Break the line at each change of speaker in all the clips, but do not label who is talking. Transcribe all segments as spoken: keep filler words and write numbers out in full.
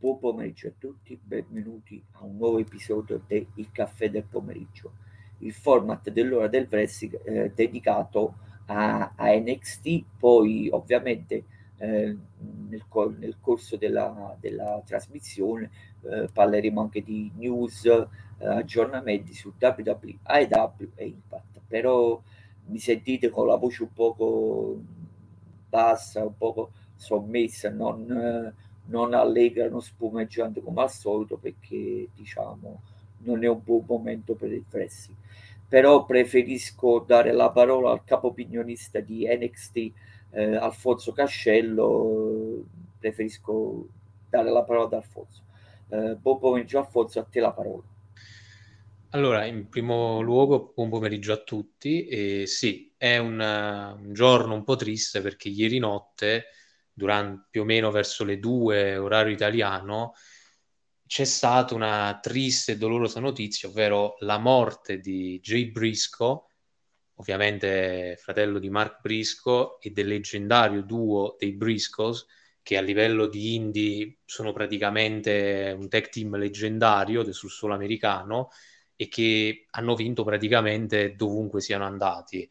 Buon pomeriggio a tutti, benvenuti a un nuovo episodio del Caffè del Pomeriggio, il format dell'ora del wrestling eh, dedicato a, a N X T. Poi ovviamente eh, nel, cor- nel corso della, della trasmissione eh, parleremo anche di news, eh, aggiornamenti su W W E, A E W e Impact. Però mi sentite con la voce un poco bassa, un poco sommessa, non... Eh, non allegra, non spumeggiante come al solito, perché diciamo non è un buon momento per il wrestling. Però preferisco dare la parola al capo opinionista di N X T, eh, Alfonso Cascello. Preferisco dare la parola ad Alfonso. Eh, buon pomeriggio Alfonso, a te la parola.
Allora, in primo luogo, buon pomeriggio a tutti. E sì, è un, uh, un giorno un po' triste perché ieri notte, durante, più o meno verso le due, orario italiano, c'è stata una triste e dolorosa notizia, ovvero la morte di Jay Briscoe, ovviamente fratello di Mark Briscoe e del leggendario duo dei Briscoes, che a livello di indie sono praticamente un tag team leggendario sul suolo americano e che hanno vinto praticamente dovunque siano andati.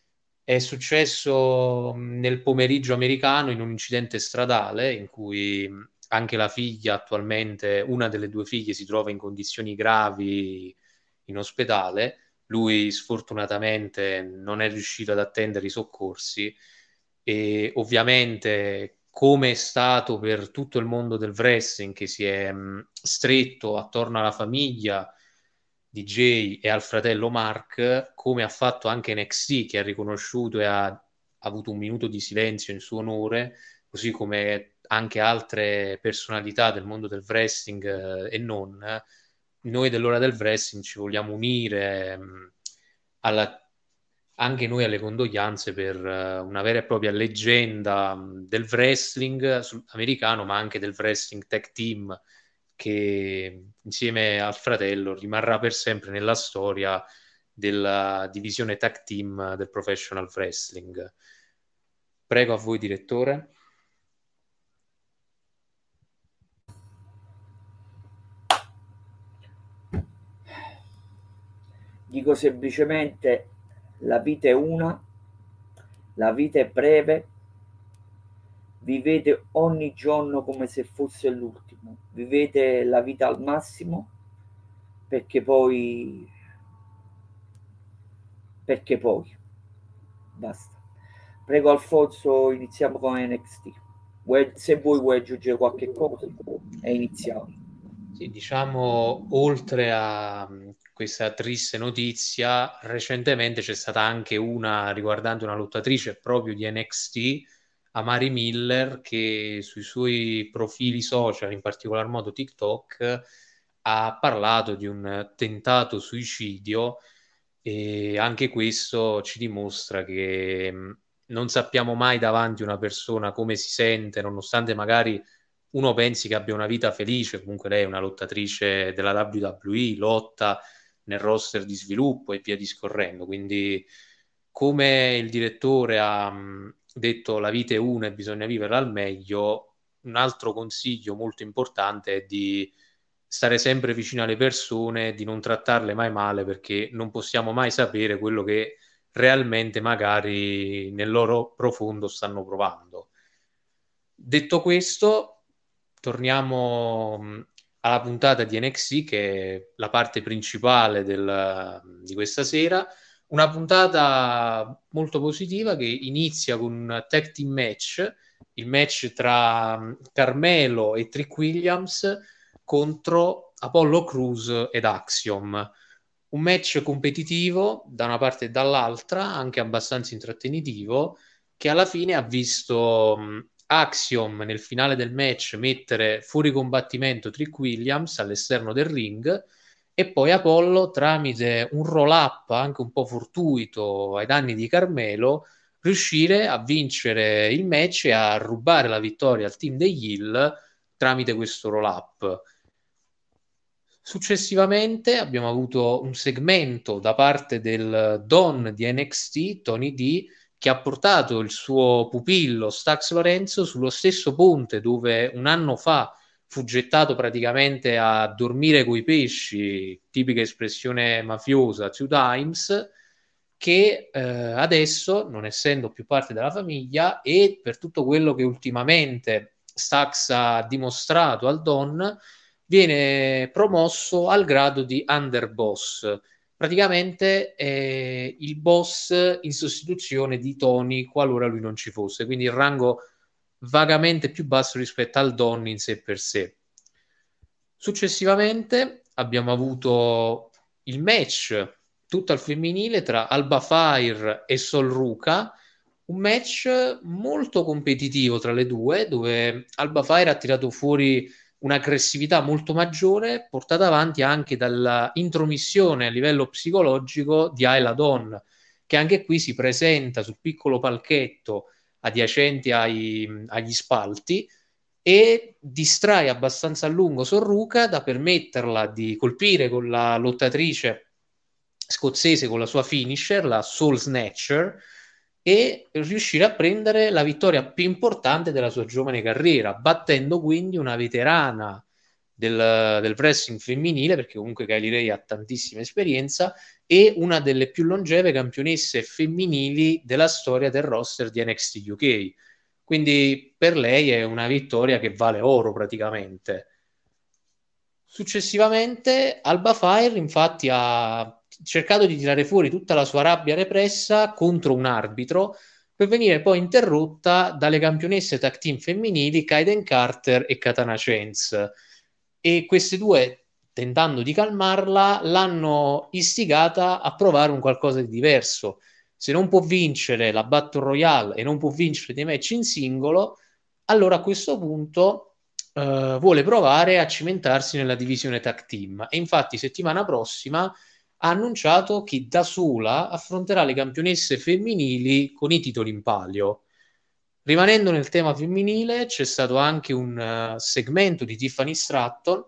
È successo nel pomeriggio americano in un incidente stradale in cui anche la figlia attualmente, una delle due figlie si trova in condizioni gravi in ospedale. Lui sfortunatamente non è riuscito ad attendere i soccorsi e ovviamente, come è stato per tutto il mondo del wrestling che si è mh, stretto attorno alla famiglia di Jay e al fratello Mark, come ha fatto anche N X T, che ha riconosciuto e ha, ha avuto un minuto di silenzio in suo onore, così come anche altre personalità del mondo del wrestling eh, e non, noi dell'ora del wrestling ci vogliamo unire mh, alla, anche noi alle condoglianze per uh, una vera e propria leggenda mh, del wrestling sul- americano, ma anche del wrestling tag team, che insieme al fratello rimarrà per sempre nella storia della divisione tag team del professional wrestling. Prego a voi, direttore.
Dico semplicemente: la vita è una, la vita è breve, vivete ogni giorno come se fosse l'ultimo, vivete la vita al massimo, perché poi, perché poi, basta. Prego Alfonso, iniziamo con N X T. Vuoi, se vuoi vuoi aggiungere qualche cosa e iniziamo.
Sì, diciamo, oltre a mh, questa triste notizia, recentemente c'è stata anche una riguardante una lottatrice proprio di N X T, Amari Miller, che sui suoi profili social, in particolar modo TikTok, ha parlato di un tentato suicidio e anche questo ci dimostra che mh, non sappiamo mai davanti una persona come si sente, nonostante magari uno pensi che abbia una vita felice. Comunque lei è una lottatrice della W W E, lotta nel roster di sviluppo e via discorrendo. Quindi, come il direttore ha mh, detto, la vita è una e bisogna viverla al meglio, un altro consiglio molto importante è di stare sempre vicino alle persone, di non trattarle mai male, perché non possiamo mai sapere quello che realmente magari nel loro profondo stanno provando. Detto questo, torniamo mh, alla puntata di N X T, che è la parte principale del- di questa sera. Una puntata molto positiva che inizia con un tag team match, il match tra mh, Carmelo e Trick Williams contro Apollo Crews ed Axiom. Un match competitivo da una parte e dall'altra, anche abbastanza intrattenitivo, che alla fine ha visto mh, Axiom nel finale del match mettere fuori combattimento Trick Williams all'esterno del ring e poi Apollo, tramite un roll up anche un po' fortuito ai danni di Carmelo, riuscire a vincere il match e a rubare la vittoria al team degli Hill tramite questo roll up. Successivamente abbiamo avuto un segmento da parte del Don di N X T, Tony D, che ha portato il suo pupillo Stax Lorenzo sullo stesso ponte dove un anno fa fu gettato praticamente a dormire coi pesci, tipica espressione mafiosa, two times, che eh, adesso, non essendo più parte della famiglia e per tutto quello che ultimamente Stax ha dimostrato al Don, viene promosso al grado di underboss. Praticamente è il boss in sostituzione di Tony qualora lui non ci fosse, quindi il rango vagamente più basso rispetto al Don in sé per sé. Successivamente abbiamo avuto il match tutto al femminile tra Alba Fire e Sol Ruka, un match molto competitivo tra le due, dove Alba Fire ha tirato fuori un'aggressività molto maggiore, portata avanti anche dalla intromissione a livello psicologico di Ayla Dawn, che anche qui si presenta sul piccolo palchetto adiacenti ai, agli spalti e distrae abbastanza a lungo Sorruca da permetterla di colpire con la lottatrice scozzese con la sua finisher, la Soul Snatcher, e riuscire a prendere la vittoria più importante della sua giovane carriera, battendo quindi una veterana del, del wrestling femminile, perché comunque Kylie Ray ha tantissima esperienza, e una delle più longeve campionesse femminili della storia del roster di N X T U K. Quindi per lei è una vittoria che vale oro praticamente. Successivamente Alba Fire infatti ha cercato di tirare fuori tutta la sua rabbia repressa contro un arbitro per venire poi interrotta dalle campionesse tag team femminili Kaiden Carter e Katana Chance, e queste due, tentando di calmarla, l'hanno istigata a provare un qualcosa di diverso. Se non può vincere la Battle Royale e non può vincere dei match in singolo, allora a questo punto Uh, vuole provare a cimentarsi nella divisione tag team, e infatti settimana prossima ha annunciato che da sola affronterà le campionesse femminili con i titoli in palio. Rimanendo nel tema femminile, c'è stato anche un uh, segmento di Tiffany Stratton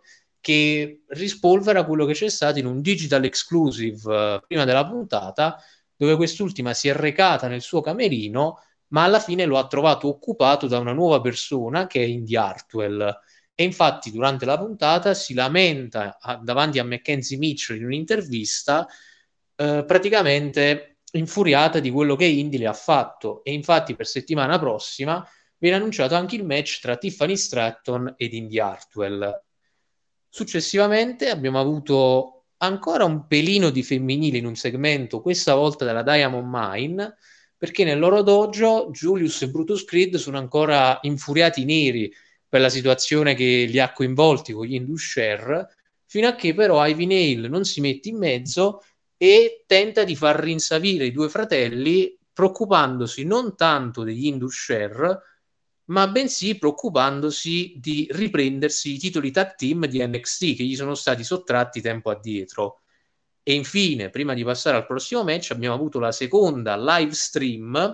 che rispolvera quello che c'è stato in un digital exclusive uh, prima della puntata, dove quest'ultima si è recata nel suo camerino, ma alla fine lo ha trovato occupato da una nuova persona che è Indy Hartwell. E infatti durante la puntata si lamenta a, davanti a Mackenzie Mitchell in un'intervista, eh, praticamente infuriata di quello che Indy le ha fatto. E infatti per settimana prossima viene annunciato anche il match tra Tiffany Stratton ed Indy Hartwell. Successivamente abbiamo avuto ancora un pelino di femminile in un segmento, questa volta della Diamond Mine, perché nel loro dojo Julius e Brutus Creed sono ancora infuriati neri per la situazione che li ha coinvolti con gli Indus Sher, fino a che però Ivy Nail non si mette in mezzo e tenta di far rinsavire i due fratelli, preoccupandosi non tanto degli Indus Sher, ma bensì preoccupandosi di riprendersi i titoli tag team di N X T che gli sono stati sottratti tempo addietro. E infine, prima di passare al prossimo match, abbiamo avuto la seconda live stream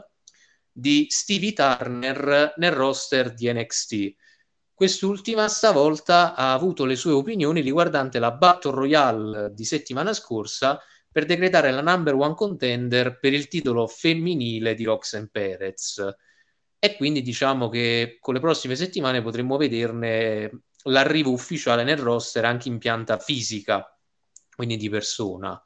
di Stevie Turner nel roster di N X T. Quest'ultima stavolta ha avuto le sue opinioni riguardante la Battle Royale di settimana scorsa per decretare la number one contender per il titolo femminile di Roxanne Perez. E quindi diciamo che con le prossime settimane potremmo vederne l'arrivo ufficiale nel roster anche in pianta fisica, quindi di persona.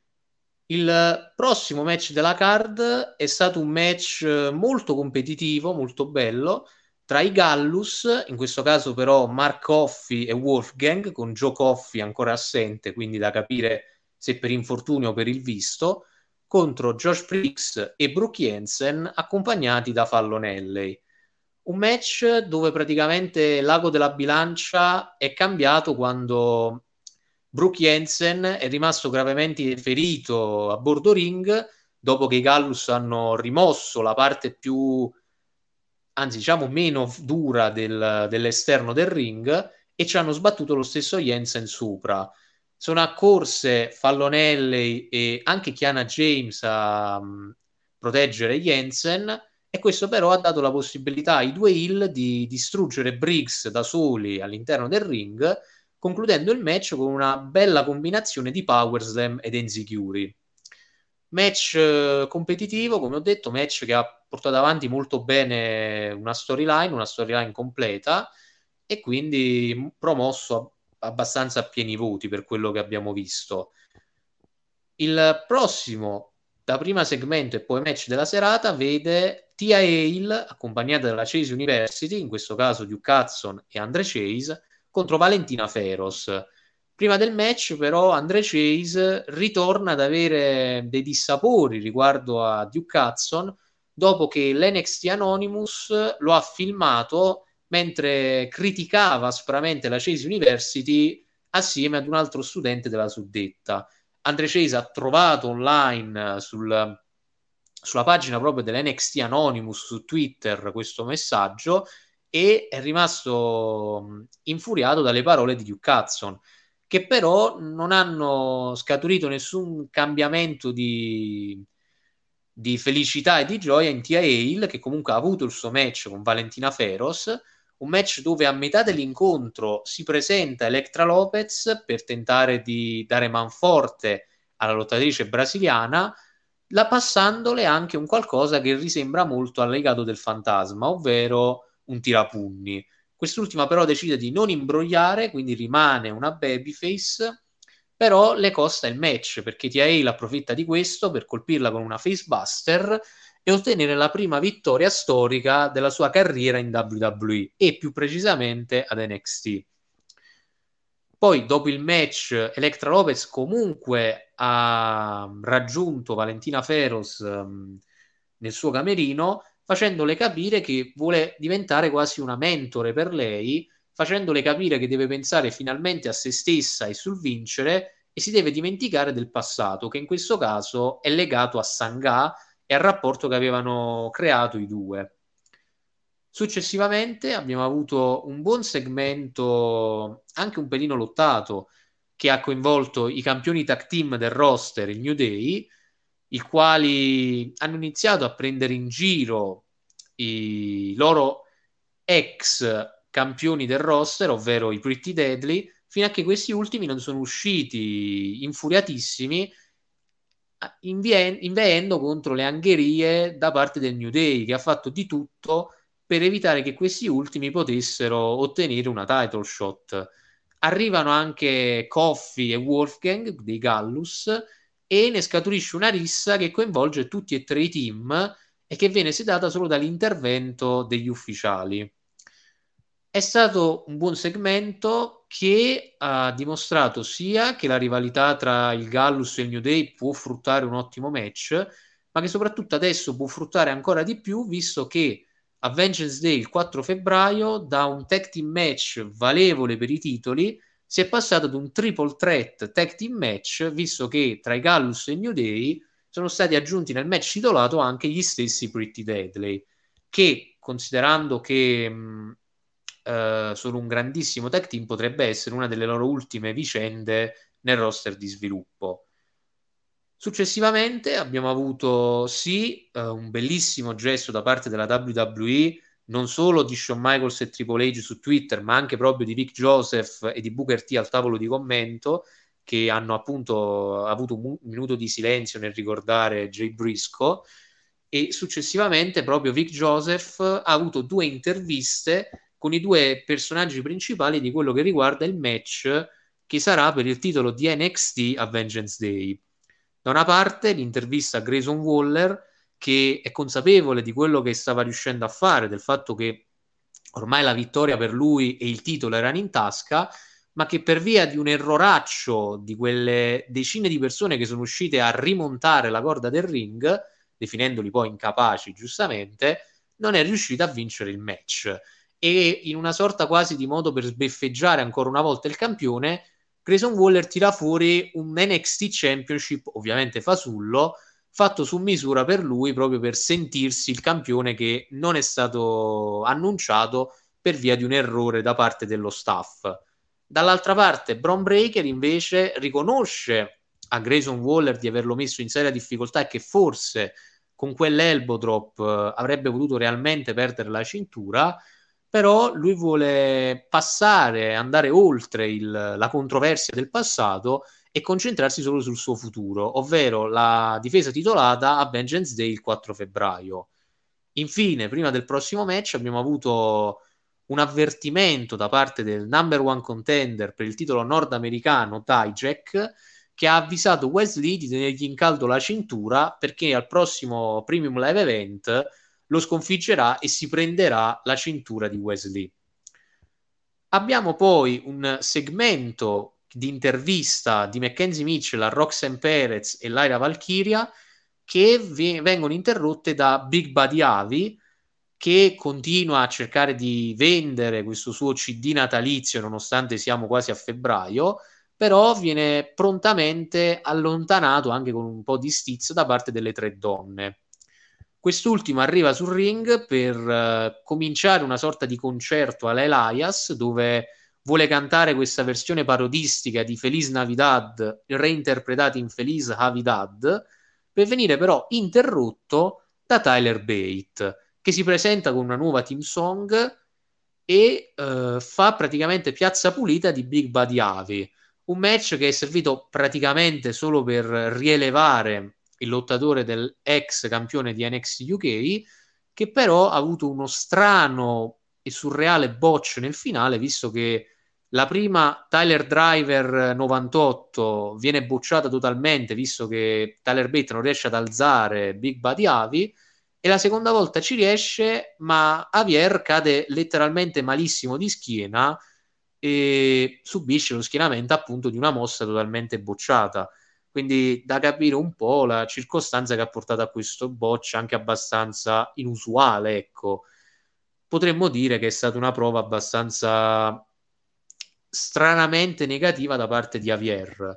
Il prossimo match della card è stato un match molto competitivo, molto bello, tra i Gallus, in questo caso però Mark Coffey e Wolfgang, con Joe Coffey ancora assente, quindi da capire se per infortunio o per il visto, contro Josh Briggs e Brooke Jensen, accompagnati da Fallon Henley. Un match dove praticamente l'ago della bilancia è cambiato quando Brooke Jensen è rimasto gravemente ferito a bordo ring dopo che i Gallus hanno rimosso la parte più, anzi diciamo meno dura del, dell'esterno del ring, e ci hanno sbattuto lo stesso Jensen sopra. Sono accorse Fallon Henley e anche Kiana James a um, proteggere Jensen, e questo però ha dato la possibilità ai due heel di distruggere Briggs da soli all'interno del ring, concludendo il match con una bella combinazione di Power Slam ed Enziguri. Match eh, competitivo, come ho detto, match che ha portato avanti molto bene una storyline, una storyline completa, e quindi promosso abbastanza a pieni voti per quello che abbiamo visto. Il prossimo, da prima segmento e poi match della serata, vede Tia Hale, accompagnata dalla Chase University, in questo caso Duke Hudson e Andre Chase, contro Valentina Feroz. Prima del match, però, Andre Chase ritorna ad avere dei dissapori riguardo a Duke Hudson, dopo che l'N X T Anonymous lo ha filmato mentre criticava aspramente la Chase University assieme ad un altro studente della suddetta. Andre Chase ha trovato online sul, sulla pagina proprio dell'N X T Anonymous su Twitter questo messaggio e è rimasto infuriato dalle parole di Duke Hudson, che però non hanno scaturito nessun cambiamento di, di felicità e di gioia in Tia Hale, che comunque ha avuto il suo match con Valentina Feroz, un match dove a metà dell'incontro si presenta Electra Lopez per tentare di dare manforte alla lottatrice brasiliana, la passandole anche un qualcosa che risembra molto al legato del fantasma, ovvero un tirapugni. Quest'ultima però decide di non imbrogliare, quindi rimane una babyface, però le costa il match, perché Tia Hale approfitta di questo per colpirla con una facebuster e ottenere la prima vittoria storica della sua carriera in W W E e più precisamente ad N X T. Poi dopo il match Electra Lopez comunque ha raggiunto Valentina Feroz um, nel suo camerino, facendole capire che vuole diventare quasi una mentore per lei, facendole capire che deve pensare finalmente a se stessa e sul vincere e si deve dimenticare del passato, che in questo caso è legato a Sangha e al rapporto che avevano creato i due. Successivamente abbiamo avuto un buon segmento, anche un pelino lottato, che ha coinvolto i campioni tag team del roster, il New Day, i quali hanno iniziato a prendere in giro i loro ex campioni del roster, ovvero i Pretty Deadly, fino a che questi ultimi non sono usciti infuriatissimi, invie- inveendo contro le angherie da parte del New Day, che ha fatto di tutto per evitare che questi ultimi potessero ottenere una title shot. Arrivano anche Coffee e Wolfgang dei Gallus e ne scaturisce una rissa che coinvolge tutti e tre i team e che viene sedata solo dall'intervento degli ufficiali. È stato un buon segmento che ha dimostrato sia che la rivalità tra il Gallus e il New Day può fruttare un ottimo match, ma che soprattutto adesso può fruttare ancora di più, visto che a Vengeance Day il quattro febbraio, da un tag team match valevole per i titoli, si è passato ad un triple threat tag team match, visto che tra i Gallus e il New Day sono stati aggiunti nel match titolato anche gli stessi Pretty Deadly, che, considerando che mh, eh, sono un grandissimo tag team, potrebbe essere una delle loro ultime vicende nel roster di sviluppo. Successivamente abbiamo avuto sì eh, un bellissimo gesto da parte della W W E, non solo di Shawn Michaels e Triple H su Twitter, ma anche proprio di Vic Joseph e di Booker T al tavolo di commento, che hanno appunto avuto un minuto di silenzio nel ricordare Jay Briscoe, e successivamente proprio Vic Joseph ha avuto due interviste con i due personaggi principali di quello che riguarda il match che sarà per il titolo di N X T a Vengeance Day. Da una parte l'intervista a Grayson Waller, che è consapevole di quello che stava riuscendo a fare, del fatto che ormai la vittoria per lui e il titolo erano in tasca, ma che per via di un erroraccio di quelle decine di persone che sono uscite a rimontare la corda del ring, definendoli poi incapaci giustamente, non è riuscita a vincere il match. E in una sorta quasi di modo per sbeffeggiare ancora una volta il campione, Grayson Waller tira fuori un N X T Championship, ovviamente fasullo, fatto su misura per lui, proprio per sentirsi il campione che non è stato annunciato per via di un errore da parte dello staff. Dall'altra parte Bron Breakker invece riconosce a Grayson Waller di averlo messo in seria difficoltà e che forse con quell'elbow drop eh, avrebbe potuto realmente perdere la cintura, però lui vuole passare, andare oltre il, la controversia del passato e concentrarsi solo sul suo futuro, ovvero la difesa titolata a Vengeance Day il quattro febbraio. Infine, prima del prossimo match abbiamo avuto un avvertimento da parte del number one contender per il titolo nordamericano, Dijak, che ha avvisato Wes Lee di tenergli in caldo la cintura perché al prossimo Premium Live Event lo sconfiggerà e si prenderà la cintura di Wes Lee. Abbiamo poi un segmento di intervista di Mackenzie Mitchell a Roxanne Perez e Lyra Valkyria che v- vengono interrotte da Big Buddy Avi, che continua a cercare di vendere questo suo C D natalizio nonostante siamo quasi a febbraio, però viene prontamente allontanato anche con un po' di stizzo da parte delle tre donne. Quest'ultimo arriva sul ring per uh, cominciare una sorta di concerto all'Elias, dove vuole cantare questa versione parodistica di Feliz Navidad, reinterpretata in Feliz Navidad, per venire però interrotto da Tyler Bate, che si presenta con una nuova team song e uh, fa praticamente piazza pulita di Big Buddy Avi. Un match che è servito praticamente solo per rielevare il lottatore del ex campione di N X T U K, che però ha avuto uno strano e surreale botch nel finale, visto che la prima Tyler Driver novantotto viene bocciata totalmente, visto che Tyler Bate non riesce ad alzare Big Buddy Avi, e la seconda volta ci riesce, ma Javier cade letteralmente malissimo di schiena e subisce lo schienamento appunto di una mossa totalmente bocciata. Quindi da capire un po' la circostanza che ha portato a questo botch anche abbastanza inusuale, ecco. Potremmo dire che è stata una prova abbastanza stranamente negativa da parte di Javier.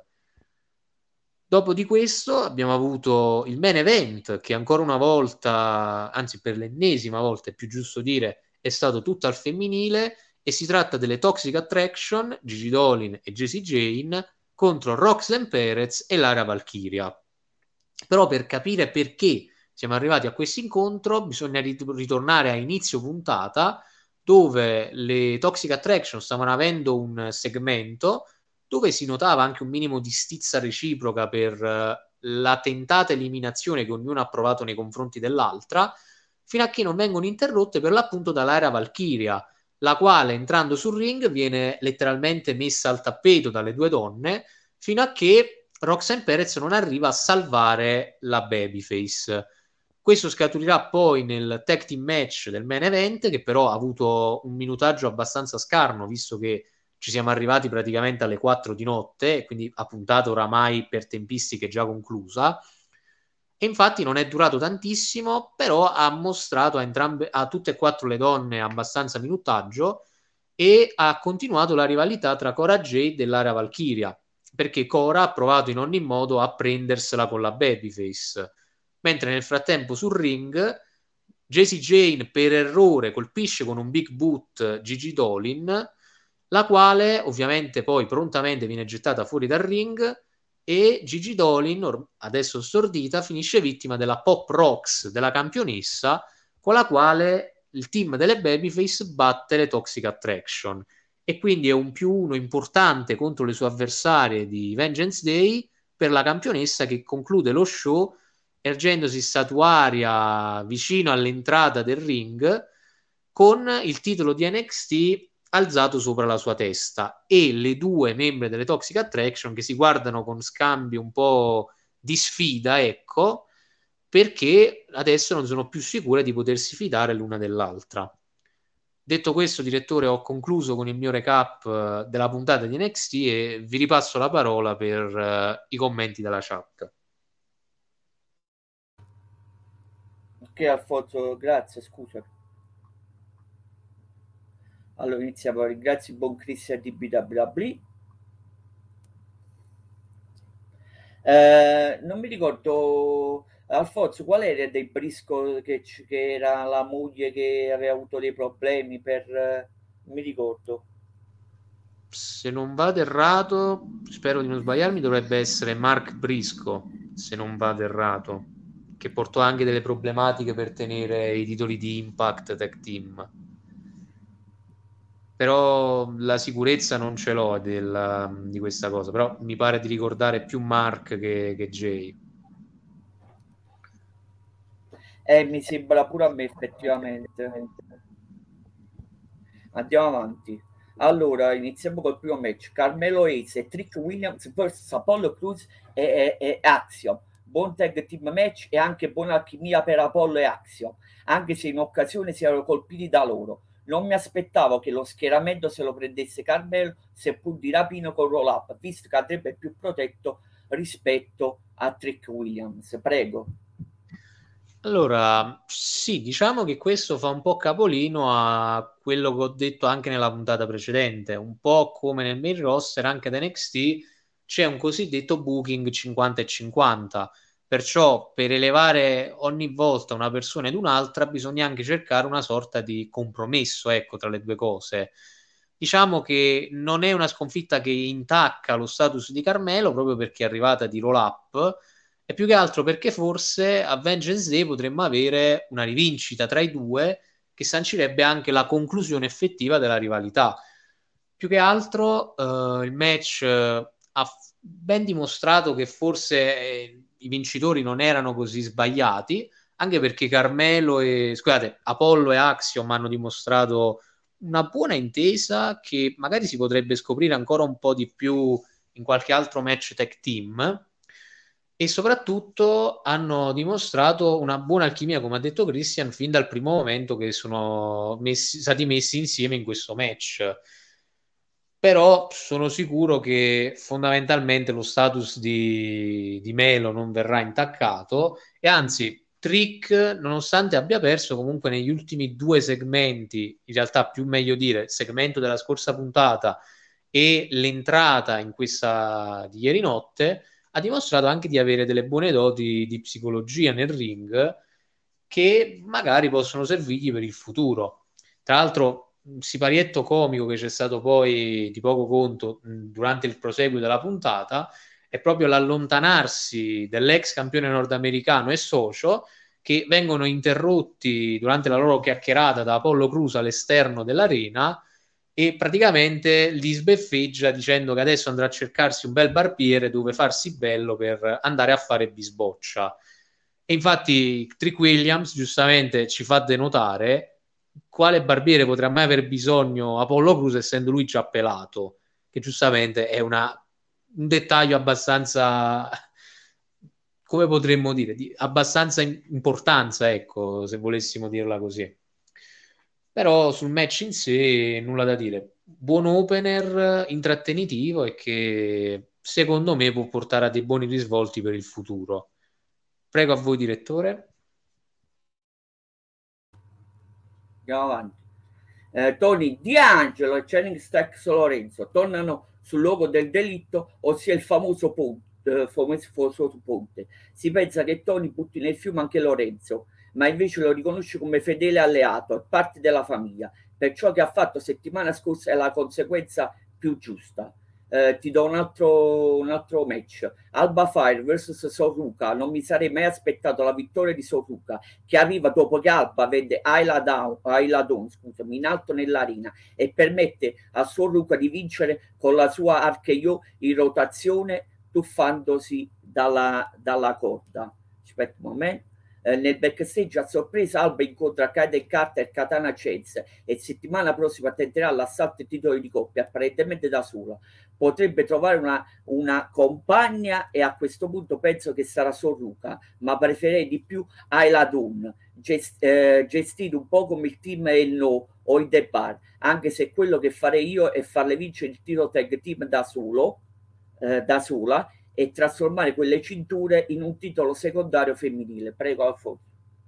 Dopo di questo abbiamo avuto il main event, che ancora una volta, anzi per l'ennesima volta è più giusto dire, è stato tutto al femminile, e si tratta delle Toxic Attraction, Gigi Dolin e Jessie Jane, contro Roxanne Perez e Lara Valkyria. Però per capire perché siamo arrivati a questo incontro bisogna rit- ritornare a inizio puntata, dove le Toxic Attraction stavano avendo un segmento dove si notava anche un minimo di stizza reciproca per uh, la tentata eliminazione che ognuno ha provato nei confronti dell'altra, fino a che non vengono interrotte per l'appunto da Lara Valkyria, la quale entrando sul ring viene letteralmente messa al tappeto dalle due donne, fino a che Roxanne Perez non arriva a salvare la babyface. Questo scaturirà poi nel tag team match del main event, che però ha avuto un minutaggio abbastanza scarno, visto che ci siamo arrivati praticamente alle quattro di notte, quindi a puntata oramai per tempistiche già conclusa. E infatti non è durato tantissimo, però ha mostrato a entrambe, a tutte e quattro le donne abbastanza minutaggio, e ha continuato la rivalità tra Cora Jade e Lara Valkyria, perché Cora ha provato in ogni modo a prendersela con la babyface, mentre nel frattempo sul ring Jessie Jane per errore colpisce con un big boot Gigi Dolin, la quale ovviamente poi prontamente viene gettata fuori dal ring, e Gigi Dolin, adesso stordita, finisce vittima della Pop Rocks della campionessa, con la quale il team delle Babyface batte le Toxic Attraction, e quindi è un più uno importante contro le sue avversarie di Vengeance Day per la campionessa, che conclude lo show ergendosi statuaria vicino all'entrata del ring con il titolo di N X T alzato sopra la sua testa, e le due membri delle Toxic Attraction che si guardano con scambi un po' di sfida, ecco, perché adesso non sono più sicure di potersi fidare l'una dell'altra. Detto questo, direttore, ho concluso con il mio recap uh, della puntata di N X T e vi ripasso la parola per uh, i commenti della chat.
Ok Alfonso, grazie, scusa. Allora iniziamo, ringrazio il buon Christian di B W W. Eh, non mi ricordo, Alfonso, qual era del Brisco che, che era la moglie che aveva avuto dei problemi per... non mi ricordo.
Se non vado errato, spero di non sbagliarmi, dovrebbe essere Mark Briscoe, se non vado errato, che portò anche delle problematiche per tenere i titoli di Impact Tag Team. Però la sicurezza non ce l'ho della, di questa cosa, però mi pare di ricordare più Mark che, che Jay.
Eh, mi sembra pure a me effettivamente. Andiamo avanti. Allora, iniziamo col primo match. Carmelo Hayes e Trick Williams versus Apollo Crews e, e, e Axiom. Buon tag team match e anche buona alchimia per Apollo e Axiom, anche se in occasione si erano colpiti da loro. Non mi aspettavo che lo schieramento se lo prendesse Carmelo, seppur di rapino con roll up, visto che andrebbe più protetto rispetto a Trick Williams. Prego.
Allora, sì, diciamo che questo fa un po' capolino a quello che ho detto anche nella puntata precedente, un po' come nel main roster, anche da N X T c'è un cosiddetto booking cinquanta e cinquanta, perciò per elevare ogni volta una persona ed un'altra bisogna anche cercare una sorta di compromesso, ecco, tra le due cose. Diciamo che non è una sconfitta che intacca lo status di Carmelo proprio perché è arrivata di roll up, e più che altro perché forse a Vengeance Day potremmo avere una rivincita tra i due che sancirebbe anche la conclusione effettiva della rivalità. Più che altro eh, il match eh, ha ben dimostrato che forse eh, i vincitori non erano così sbagliati, anche perché Carmelo e scusate, Apollo e Axiom hanno dimostrato una buona intesa che magari si potrebbe scoprire ancora un po' di più in qualche altro match tag team, e soprattutto hanno dimostrato una buona alchimia, come ha detto Christian, fin dal primo momento che sono messi, stati messi insieme in questo match. Però sono sicuro che fondamentalmente lo status di, di Melo non verrà intaccato, e anzi Trick, nonostante abbia perso comunque negli ultimi due segmenti, in realtà più meglio dire il segmento della scorsa puntata e l'entrata in questa di ieri notte, ha dimostrato anche di avere delle buone doti di psicologia nel ring che magari possono servirgli per il futuro. Tra l'altro, un siparietto comico che c'è stato poi di poco conto mh, durante il proseguo della puntata è proprio l'allontanarsi dell'ex campione nordamericano e socio, che vengono interrotti durante la loro chiacchierata da Apollo Crews all'esterno dell'arena, e praticamente li sbeffeggia dicendo che adesso andrà a cercarsi un bel barbiere dove farsi bello per andare a fare bisboccia. E infatti Trick Williams giustamente ci fa denotare quale barbiere potrà mai aver bisogno Apollo Crews essendo lui già pelato, che giustamente è una, un dettaglio abbastanza, come potremmo dire, di abbastanza importanza, ecco, se volessimo dirla così. Però sul match in sé nulla da dire. Buon opener, intrattenitivo e che secondo me può portare a dei buoni risvolti per il futuro. Prego a voi, direttore.
Andiamo avanti. Eh, Tony D'Angelo e Channing Stacks Lorenzo tornano sul luogo del delitto, ossia il famoso ponte, eh, famoso ponte. Si pensa che Tony butti nel fiume anche Lorenzo, ma invece lo riconosce come fedele alleato e parte della famiglia. Per ciò che ha fatto settimana scorsa è la conseguenza più giusta. Eh, ti do un altro, un altro match. Alba Fire versus Soruka. Non mi sarei mai aspettato la vittoria di Soruka, che arriva dopo che Alba vede Ayla Dawn, Ayla Dawn scusami, in alto nell'arena e permette a Soruka di vincere con la sua R K O in rotazione, tuffandosi dalla, dalla corda. Aspetta un momento. Eh, nel backstage a sorpresa Alba incontra Kaiden Carter e Katana Chance e settimana prossima tenterà l'assalto ai titoli di coppia apparentemente da sola. Potrebbe trovare una, una compagna e a questo punto penso che sarà Soruka, ma preferirei di più Ayla Dawn, gest, eh, gestito un po' come il team e il No o il The Bar, anche se quello che farei io è farle vincere il tiro tag team da solo, eh, da sola, e trasformare quelle cinture in un titolo secondario femminile. Prego, Alfonso.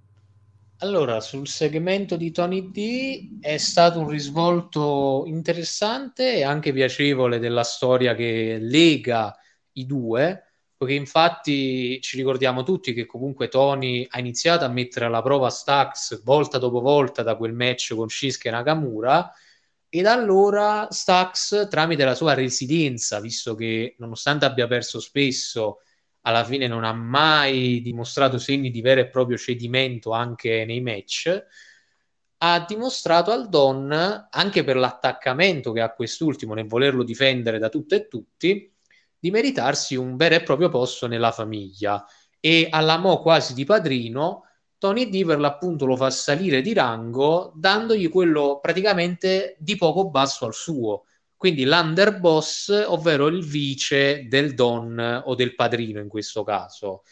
Allora, sul segmento di Tony D è stato un risvolto interessante e anche piacevole della storia che lega i due, perché infatti ci ricordiamo tutti che comunque Tony ha iniziato a mettere alla prova Stax volta dopo volta da quel match con Shinsuke Nakamura, e da allora Stax, tramite la sua resilienza, visto che nonostante abbia perso spesso, alla fine non ha mai dimostrato segni di vero e proprio cedimento anche nei match, ha dimostrato al Don, anche per l'attaccamento che ha quest'ultimo nel volerlo difendere da tutto e tutti, di meritarsi un vero e proprio posto nella famiglia, e alla mo quasi di padrino Tony D per l'appunto lo fa salire di rango dandogli quello praticamente di poco basso al suo, quindi l'underboss, ovvero il vice del Don o del padrino in questo caso,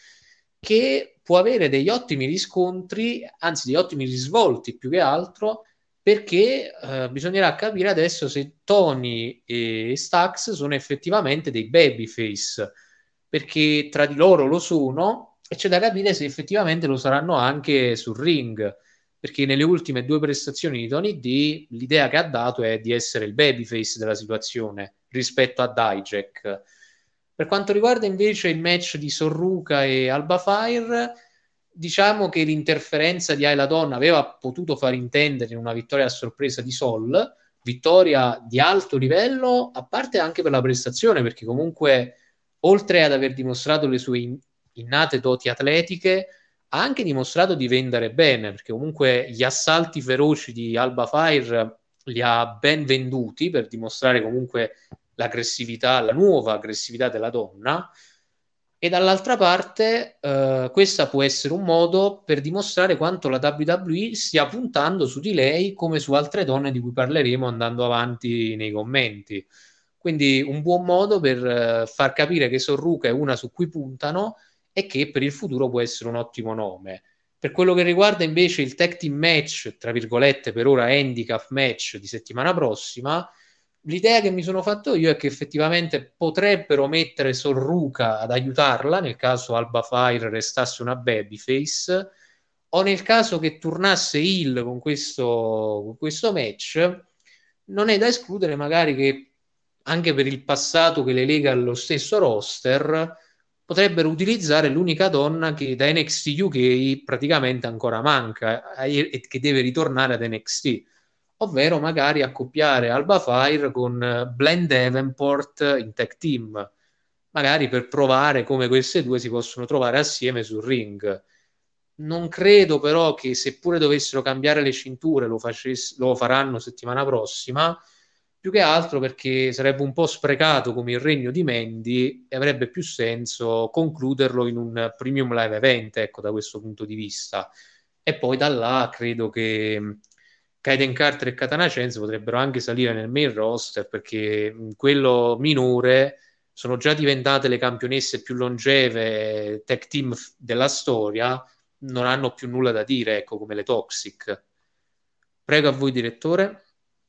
che può avere degli ottimi riscontri, anzi degli ottimi risvolti più che altro, perché eh, bisognerà capire adesso se Tony e Stax sono effettivamente dei babyface, perché tra di loro lo sono e c'è da capire se effettivamente lo saranno anche sul ring, perché nelle ultime due prestazioni di Tony D l'idea che ha dato è di essere il babyface della situazione rispetto a Dijak. Per quanto riguarda invece il match di Sorruca e Alba Fire, diciamo che l'interferenza di Ayla Dawn aveva potuto far intendere una vittoria a sorpresa di Sol, vittoria di alto livello, a parte anche per la prestazione, perché comunque oltre ad aver dimostrato le sue innate doti atletiche, ha anche dimostrato di vendere bene, perché comunque gli assalti feroci di Alba Fire li ha ben venduti per dimostrare comunque l'aggressività, la nuova aggressività della donna. E dall'altra parte eh, questa può essere un modo per dimostrare quanto la W W E stia puntando su di lei come su altre donne di cui parleremo andando avanti nei commenti. Quindi un buon modo per eh, far capire che Sorruca è una su cui puntano e che per il futuro può essere un ottimo nome. Per quello che riguarda invece il tag team match, tra virgolette per ora handicap match di settimana prossima, l'idea che mi sono fatto io è che effettivamente potrebbero mettere Sorruca ad aiutarla nel caso Alba Fire restasse una babyface, o nel caso che tornasse heel con questo, con questo match. Non è da escludere magari che anche per il passato che le lega allo stesso roster potrebbero utilizzare l'unica donna che da N X T U K praticamente ancora manca e che deve ritornare ad N X T, ovvero magari accoppiare Alba Fire con Blend Davenport in tag team, magari per provare come queste due si possono trovare assieme sul ring. Non credo però che seppure dovessero cambiare le cinture lo, facess- lo faranno settimana prossima, più che altro perché sarebbe un po' sprecato come il regno di Mandy e avrebbe più senso concluderlo in un premium live event, ecco, da questo punto di vista. E poi da là credo che Kaiden Carter e Katana Chance potrebbero anche salire nel main roster, perché quello minore sono già diventate le campionesse più longeve tag team della storia, non hanno più nulla da dire, ecco, come le Toxic. Prego a voi, direttore.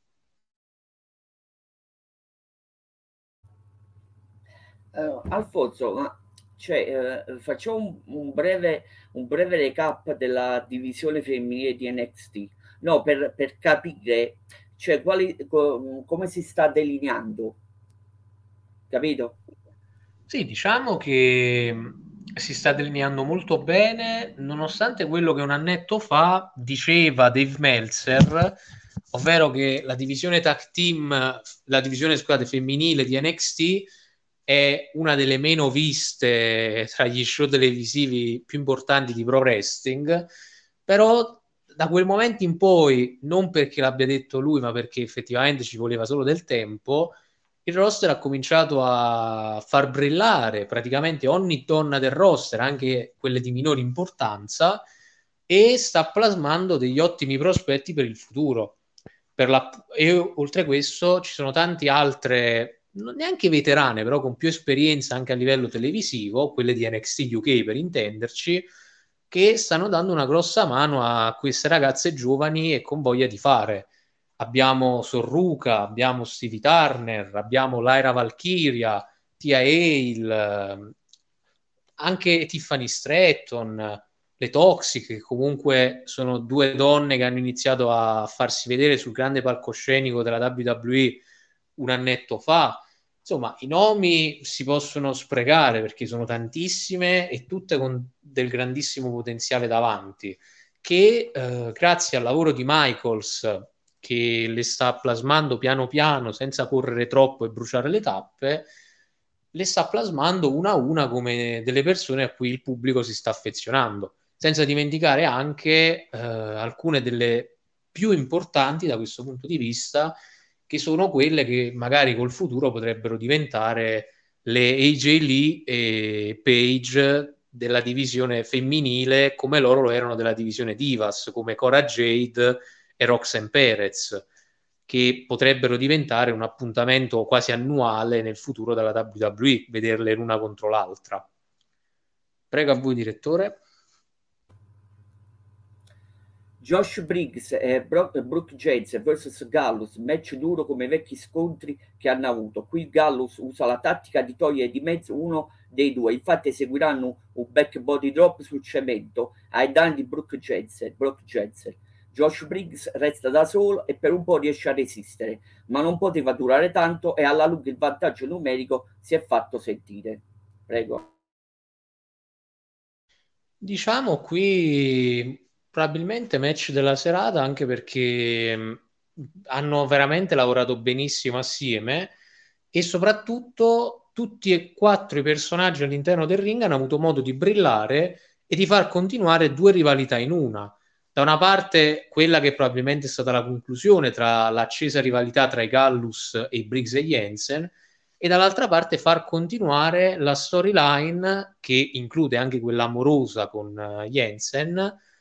Uh, Alfonso, ma cioè, uh, facciamo un, un, breve, un breve recap della divisione femminile di N X T, no, per, per capire cioè, quali, co, come si sta delineando, capito?
Sì, diciamo che si sta delineando molto bene, nonostante quello che un annetto fa diceva Dave Meltzer, ovvero che la divisione tag team, la divisione, scusate, femminile di N X T è una delle meno viste tra gli show televisivi più importanti di pro wrestling, però da quel momento in poi, non perché l'abbia detto lui, ma perché effettivamente ci voleva solo del tempo, il roster ha cominciato a far brillare praticamente ogni donna del roster, anche quelle di minore importanza, e sta plasmando degli ottimi prospetti per il futuro. Per la, e oltre a questo ci sono tante altre, non neanche veterane, però con più esperienza anche a livello televisivo, quelle di N X T U K per intenderci, che stanno dando una grossa mano a queste ragazze giovani e con voglia di fare. Abbiamo Sorruca, abbiamo Stevie Turner, abbiamo Lyra Valkyria, Tia Hale, anche Tiffany Stratton, le Toxic, che comunque sono due donne che hanno iniziato a farsi vedere sul grande palcoscenico della W W E un annetto fa. Insomma, i nomi si possono sprecare perché sono tantissime e tutte con del grandissimo potenziale davanti, che eh, grazie al lavoro di Michaels, che le sta plasmando piano piano senza correre troppo e bruciare le tappe, le sta plasmando una a una come delle persone a cui il pubblico si sta affezionando, senza dimenticare anche eh, alcune delle più importanti da questo punto di vista, che sono quelle che magari col futuro potrebbero diventare le A J Lee e Paige della divisione femminile come loro lo erano della divisione Divas, come Cora Jade e Roxanne Perez, che potrebbero diventare un appuntamento quasi annuale nel futuro della W W E, vederle l'una contro l'altra. Prego a voi, direttore.
Josh Briggs e Brooke Jensen versus Gallus, match duro come i vecchi scontri che hanno avuto. Qui Gallus usa la tattica di togliere di mezzo uno dei due, infatti eseguiranno un back body drop sul cemento ai danni di Brooke Jensen. Brooke Jensen. Josh Briggs resta da solo e per un po' riesce a resistere, ma non poteva durare tanto e alla lunga il vantaggio numerico si è fatto sentire. Prego.
Diciamo qui probabilmente match della serata, anche perché mh, hanno veramente lavorato benissimo assieme e soprattutto tutti e quattro i personaggi all'interno del ring hanno avuto modo di brillare e di far continuare due rivalità in una. Da una parte quella che probabilmente è stata la conclusione tra l'accesa rivalità tra i Gallus e i Briggs e Jensen, e dall'altra parte far continuare la storyline che include anche quella amorosa con uh, Jensen,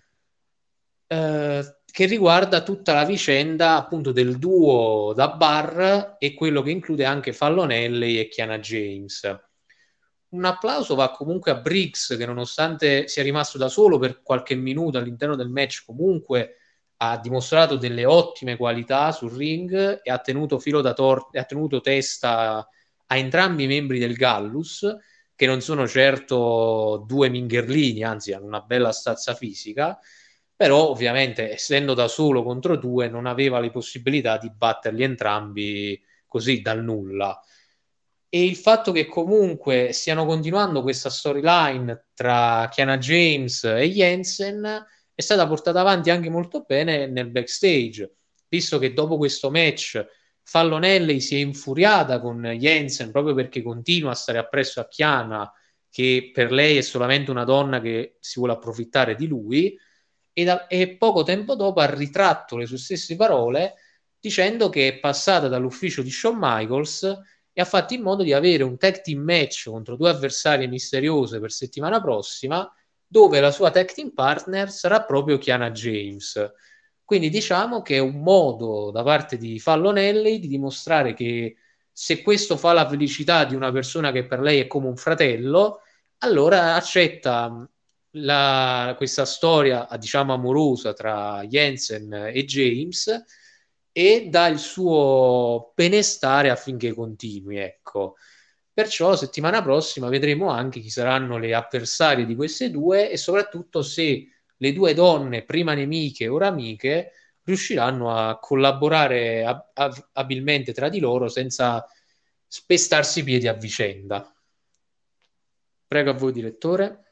eh, che riguarda tutta la vicenda appunto del duo da bar e quello che include anche Fallon Henley e Kiana James. Un applauso va comunque a Briggs, che nonostante sia rimasto da solo per qualche minuto all'interno del match, comunque ha dimostrato delle ottime qualità sul ring e ha tenuto filo da torta e ha tenuto testa a entrambi i membri del Gallus, che non sono certo due mingherlini, anzi hanno una bella stazza fisica, però ovviamente essendo da solo contro due non aveva le possibilità di batterli entrambi così dal nulla. E il fatto che comunque stiano continuando questa storyline tra Kiana James e Jensen è stata portata avanti anche molto bene nel backstage, visto che dopo questo match Fallon Henley si è infuriata con Jensen proprio perché continua a stare appresso a Kiana, che per lei è solamente una donna che si vuole approfittare di lui, e, da, e poco tempo dopo ha ritratto le sue stesse parole dicendo che è passata dall'ufficio di Shawn Michaels e ha fatto in modo di avere un tag team match contro due avversarie misteriose per settimana prossima, dove la sua tag team partner sarà proprio Kiana James. Quindi diciamo che è un modo da parte di Fallon Henley di dimostrare che se questo fa la felicità di una persona che per lei è come un fratello, allora accetta la, questa storia, diciamo, amorosa tra Jensen e James e dà il suo benestare affinché continui, ecco. Perciò settimana prossima vedremo anche chi saranno le avversarie di queste due e soprattutto se le due donne, prima nemiche ora amiche, riusciranno a collaborare ab- ab- abilmente tra di loro senza spestarsi i piedi a vicenda. Prego a voi, direttore.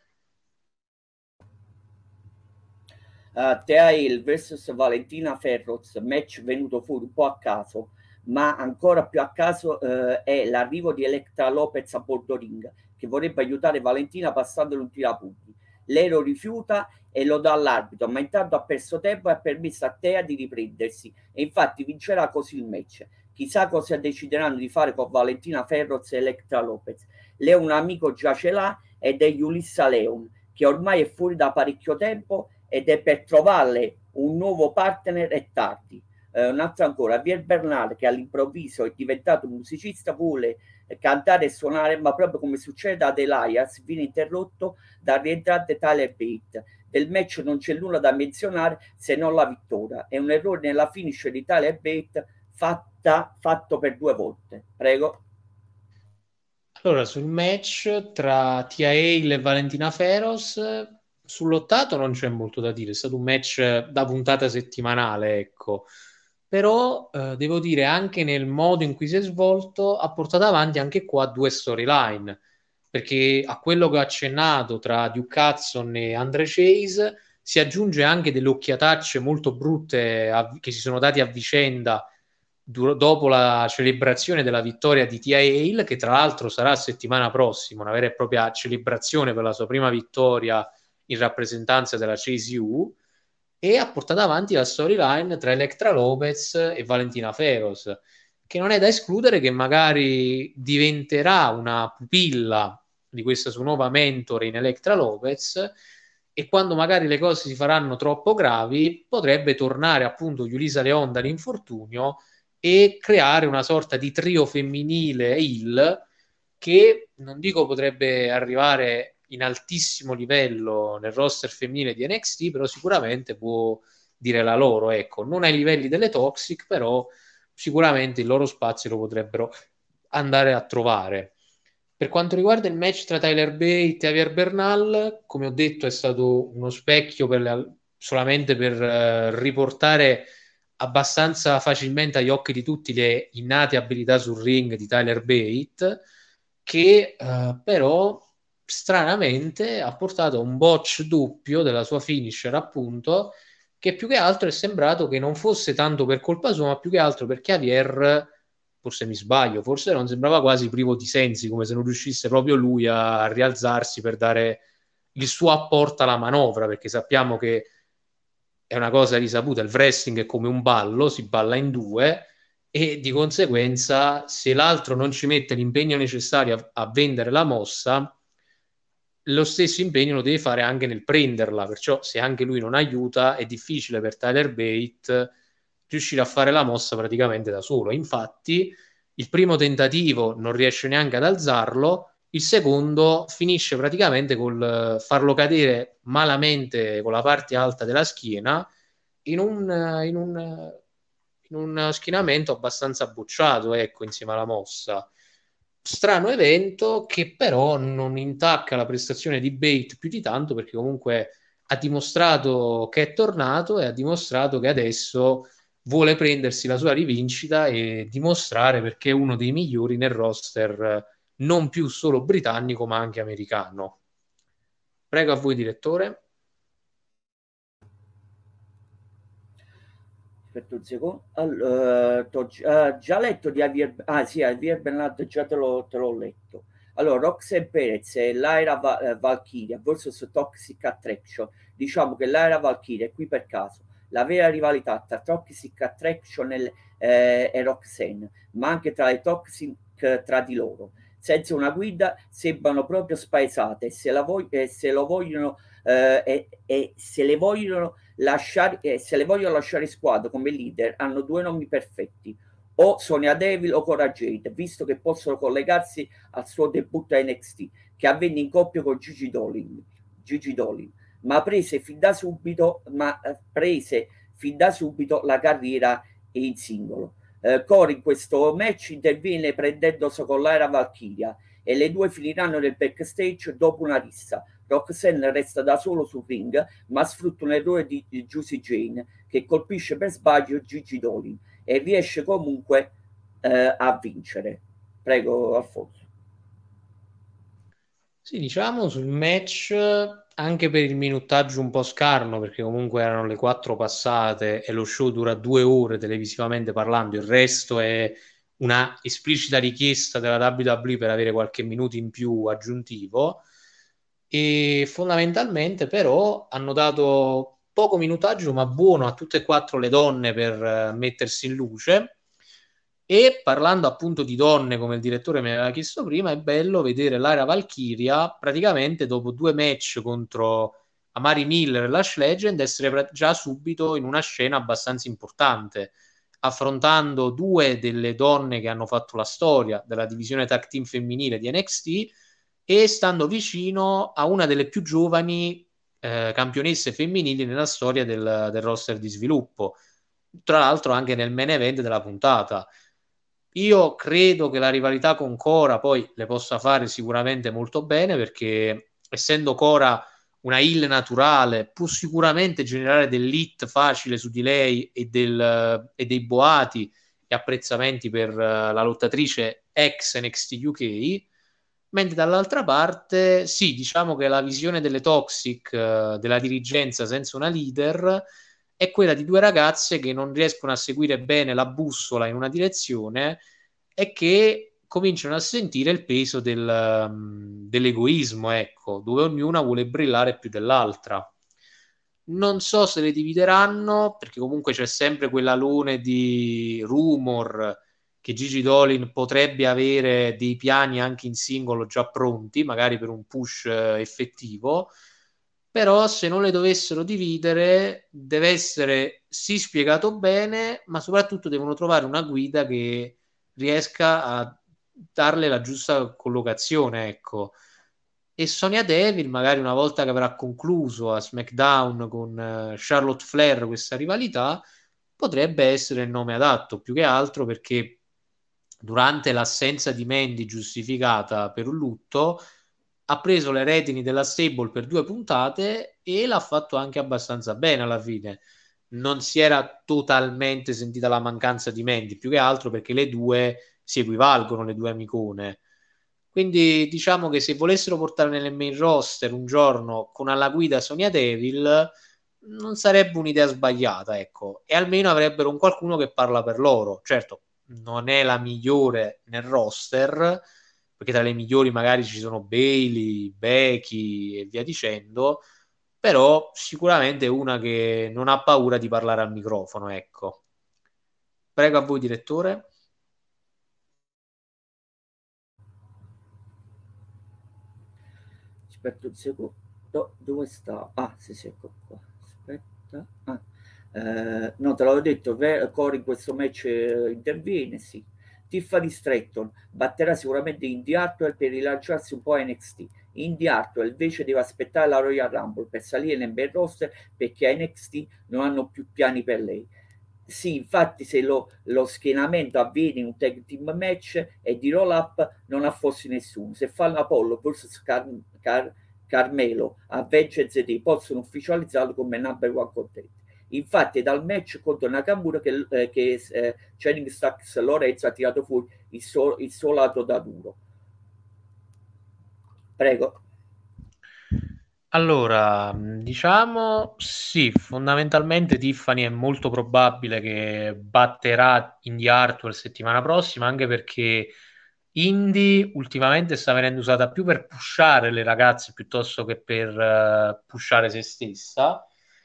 Uh, Thea Hill versus Valentina Ferroz, match venuto fuori un po' a caso, ma ancora più a caso uh, è l'arrivo di Electra Lopez a bordo ring, che vorrebbe aiutare Valentina passandole un tirapunti. Lei lo rifiuta e lo dà all'arbitro, ma intanto ha perso tempo e ha permesso a Thea di riprendersi e infatti vincerà così il match. Chissà cosa decideranno di fare con Valentina Ferroz e Electra Lopez. Lei un amico già ce l'ha ed è Yulissa Leon, che ormai è fuori da parecchio tempo ed è per trovarle un nuovo partner è tardi. Eh, un altro ancora, Pierre Bernal, che all'improvviso è diventato un musicista, vuole cantare e suonare, ma proprio come succede ad Elias viene interrotto dal rientrante Tyler Bate. Del match non c'è nulla da menzionare se non la vittoria. È un errore nella finish di Tyler Bate fatta, fatto per due volte. Prego.
Allora, sul match tra Tia Hale e Valentina Feroz, sull'ottato non c'è molto da dire, è stato un match da puntata settimanale, ecco. Però eh, devo dire anche nel modo in cui si è svolto ha portato avanti anche qua due storyline, perché a quello che ho accennato tra Duke Hudson e Andre Chase si aggiunge anche delle occhiatacce molto brutte a, che si sono dati a vicenda du- dopo la celebrazione della vittoria di Tia Hale, che tra l'altro sarà settimana prossima, una vera e propria celebrazione per la sua prima vittoria in rappresentanza della Chase U, e ha portato avanti la storyline tra Electra Lopez e Valentina Feroz, che non è da escludere che magari diventerà una pupilla di questa sua nuova mentore in Electra Lopez, e quando magari le cose si faranno troppo gravi potrebbe tornare appunto Yulisa Leon dall'infortunio e creare una sorta di trio femminile heel che non dico potrebbe arrivare in altissimo livello nel roster femminile di N X T, però sicuramente può dire la loro, ecco, non ai livelli delle Toxic, però sicuramente il loro spazio lo potrebbero andare a trovare. Per quanto riguarda il match tra Tyler Bate e Javier Bernal, come ho detto è stato uno specchio per le, solamente per uh, riportare abbastanza facilmente agli occhi di tutti le innate abilità sul ring di Tyler Bate, che uh, però stranamente ha portato un botch doppio della sua finisher, appunto, che più che altro è sembrato che non fosse tanto per colpa sua, ma più che altro perché Javier, forse mi sbaglio, forse non sembrava quasi privo di sensi, come se non riuscisse proprio lui a rialzarsi per dare il suo apporto alla manovra, perché sappiamo che è una cosa risaputa, il wrestling è come un ballo, si balla in due, e di conseguenza se l'altro non ci mette l'impegno necessario a, a vendere la mossa, lo stesso impegno lo deve fare anche nel prenderla, perciò se anche lui non aiuta è difficile per Tyler Bate riuscire a fare la mossa praticamente da solo. Infatti il primo tentativo non riesce neanche ad alzarlo, il secondo finisce praticamente col farlo cadere malamente con la parte alta della schiena in un, in un, in un schienamento abbastanza bocciato, ecco, insieme alla mossa. Strano evento che però non intacca la prestazione di Bate più di tanto, perché comunque ha dimostrato che è tornato e ha dimostrato che adesso vuole prendersi la sua rivincita e dimostrare perché è uno dei migliori nel roster non più solo britannico ma anche americano. Prego a voi, direttore.
Aspetta un secondo. Allora, t'ho già, già letto di Javier, ah sì, Javier Bernardo già te l'ho, te l'ho letto. Allora, Roxanne Perez e Lyra Va- Valkyria versus Toxic Attraction. Diciamo che Lyra Valkyria è qui per caso la vera rivalità tra Toxic Attraction e, eh, e Roxanne, ma anche tra le Toxic tra di loro. Senza una guida sembrano proprio spaesate e se, la vog- e se lo vogliono eh, e, e se le vogliono lasciare, eh, se le vogliono lasciare in squadra come leader hanno due nomi perfetti, o Sonia Deville o Cora Jade, visto che possono collegarsi al suo debutto a N X T che avvenne in coppia con Gigi Dolin, Gigi Dolin ma prese fin da subito ma prese fin da subito la carriera in singolo. Eh, Cora in questo match interviene prendendosi con Lyra Valkyria e le due finiranno nel backstage dopo una rissa. Roxanne resta da solo sul ring, ma sfrutta un errore di, di Juicy Jane che colpisce per sbaglio Gigi Dolin e riesce comunque eh, a vincere. Prego, Alfonso.
Sì, diciamo sul match, anche per il minutaggio un po' scarno, perché comunque erano le quattro passate e lo show dura due ore televisivamente parlando, il resto è una esplicita richiesta della W W E per avere qualche minuto in più aggiuntivo, e fondamentalmente però hanno dato poco minutaggio ma buono a tutte e quattro le donne per uh, mettersi in luce. E parlando appunto di donne, come il direttore mi aveva chiesto prima, è bello vedere Lyra Valkyria praticamente dopo due match contro Amari Miller e Lash Legend essere già subito in una scena abbastanza importante, affrontando due delle donne che hanno fatto la storia della divisione tag team femminile di N X T e stando vicino a una delle più giovani eh, campionesse femminili nella storia del, del roster di sviluppo, tra l'altro anche nel main event della puntata. Io credo che la rivalità con Cora poi le possa fare sicuramente molto bene, perché essendo Cora una heel naturale può sicuramente generare dell'hit facile su di lei e, del, e dei boati e apprezzamenti per uh, la lottatrice ex N X T U K, mentre dall'altra parte sì, diciamo che la visione delle Toxic, uh, della dirigenza senza una leader, è quella di due ragazze che non riescono a seguire bene la bussola in una direzione e che cominciano a sentire il peso del, um, dell'egoismo, ecco, dove ognuna vuole brillare più dell'altra. Non so se le divideranno, perché comunque c'è sempre quell'alone di rumor che Gigi Dolin potrebbe avere dei piani anche in singolo già pronti, magari per un push eh, effettivo, però se non le dovessero dividere deve essere sì spiegato bene, ma soprattutto devono trovare una guida che riesca a darle la giusta collocazione, ecco. E Sonia Deville, magari una volta che avrà concluso a SmackDown con uh, Charlotte Flair questa rivalità, potrebbe essere il nome adatto, più che altro perché durante l'assenza di Mandy giustificata per un lutto ha preso le retini della stable per due puntate e l'ha fatto anche abbastanza bene alla fine. Non si era totalmente sentita la mancanza di Mandy, più che altro perché le due si equivalgono, le due amicone. Quindi diciamo che se volessero portare nel main roster un giorno con alla guida Sonia Deville non sarebbe un'idea sbagliata, ecco, e almeno avrebbero un qualcuno che parla per loro. Certo, non è la migliore nel roster, perché tra le migliori magari ci sono Bailey, Becky e via dicendo, però sicuramente è una che non ha paura di parlare al microfono, ecco. Prego a voi, direttore.
Aspetta un secondo, dove sta? Ah, sì, sì, ecco qua. Aspetta. Ah. Eh, no, te l'avevo detto, Corey in questo match eh, interviene, sì. Tiffany Stratton batterà sicuramente Indy Hartwell per rilanciarsi un po' a N X T. Indy Hartwell invece deve aspettare la Royal Rumble per salire nel main roster perché a N X T non hanno più piani per lei. Sì, infatti se lo, lo schienamento avviene in un tag team match e di roll up non affossi nessuno. Se fa l'Apollo versus Car- Car- Carmelo a Vengeance Day possono ufficializzarlo come number one contender. Infatti è dal match contro Nakamura che, eh, che eh, Channing Stacks Lorenzo ha tirato fuori il suo, il suo lato da duro. Prego.
Allora, diciamo sì, fondamentalmente Tiffany è molto probabile che batterà Indy Hartwell settimana prossima, anche perché Indy ultimamente sta venendo usata più per pushare le ragazze piuttosto che per uh, pushare se stessa,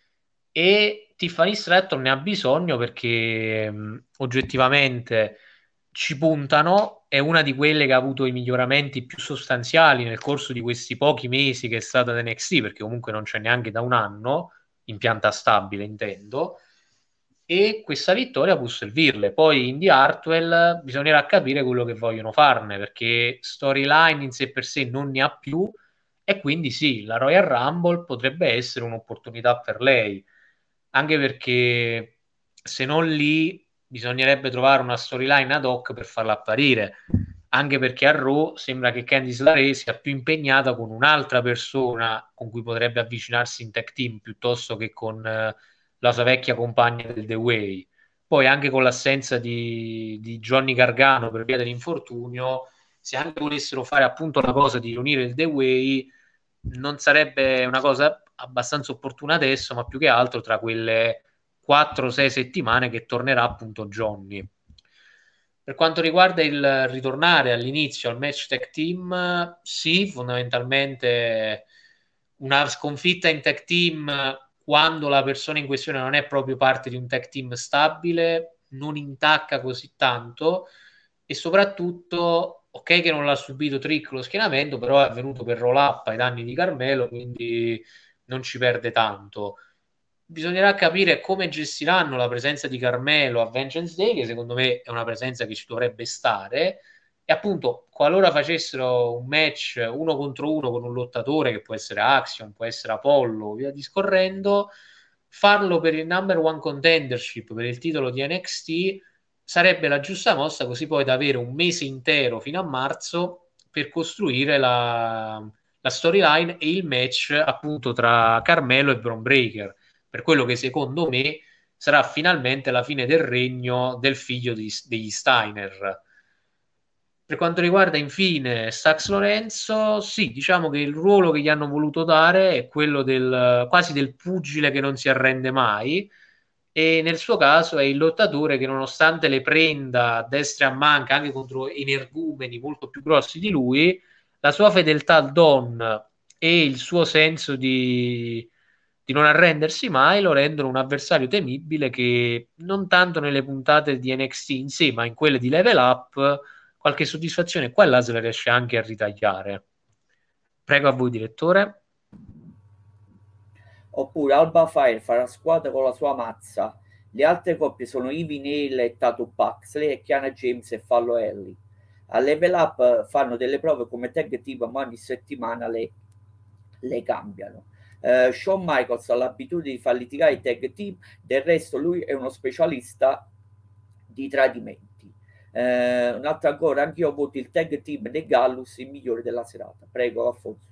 e Tiffany Stratton ne ha bisogno perché mh, oggettivamente ci puntano, è una di quelle che ha avuto i miglioramenti più sostanziali nel corso di questi pochi mesi che è stata ad N X T, perché comunque non c'è neanche da un anno, in pianta stabile intendo, e questa vittoria può servirle. Poi Indy Hartwell bisognerà capire quello che vogliono farne, perché storyline in sé per sé non ne ha più, e quindi sì, la Royal Rumble potrebbe essere un'opportunità per lei, anche perché se non lì bisognerebbe trovare una storyline ad hoc per farla apparire, anche perché a Raw sembra che Candice LeRae sia più impegnata con un'altra persona con cui potrebbe avvicinarsi in tag team piuttosto che con eh, la sua vecchia compagna del The Way. Poi anche con l'assenza di, di Johnny Gargano per via dell'infortunio, se anche volessero fare appunto la cosa di riunire il The Way, non sarebbe una cosa abbastanza opportuna adesso, ma più che altro tra quelle quattro sei settimane che tornerà appunto Johnny. Per quanto riguarda il ritornare all'inizio al match tag team, sì, fondamentalmente una sconfitta in tag team quando la persona in questione non è proprio parte di un tag team stabile non intacca così tanto, e soprattutto ok che non l'ha subito Trick lo schienamento, però è avvenuto per roll up ai danni di Carmelo, quindi non ci perde tanto. Bisognerà capire come gestiranno la presenza di Carmelo a Vengeance Day, che secondo me è una presenza che ci dovrebbe stare, e appunto qualora facessero un match uno contro uno con un lottatore, che può essere Axiom, può essere Apollo, via discorrendo, farlo per il number one contendership, per il titolo di N X T, sarebbe la giusta mossa, così poi da avere un mese intero fino a marzo per costruire la, la storyline e il match appunto tra Carmelo e Bron Breakker, per quello che secondo me sarà finalmente la fine del regno del figlio di, degli Steiner. Per quanto riguarda infine Sax Lorenzo, sì, diciamo che il ruolo che gli hanno voluto dare è quello del quasi del pugile che non si arrende mai, e nel suo caso è il lottatore che nonostante le prenda a destra e a manca anche contro energumeni molto più grossi di lui, la sua fedeltà al Don e il suo senso di, di non arrendersi mai, lo rendono un avversario temibile che non tanto nelle puntate di N X T in sé, ma in quelle di Level Up, qualche soddisfazione qua e là se la riesce anche a ritagliare. Prego a voi, direttore.
Oppure Alba Fire farà squadra con la sua mazza. Le altre coppie sono Ivy Neal e Tatu Paxley e Kiana James e Fallo Ellie. A Level Up fanno delle prove come tag team, ma ogni settimana le, le cambiano. Uh, Shawn Michaels ha l'abitudine di far litigare i tag team, del resto lui è uno specialista di tradimenti. Uh, un'altra ancora, anche io voto il tag team dei Gallus il migliore della serata. Prego, Alfonso.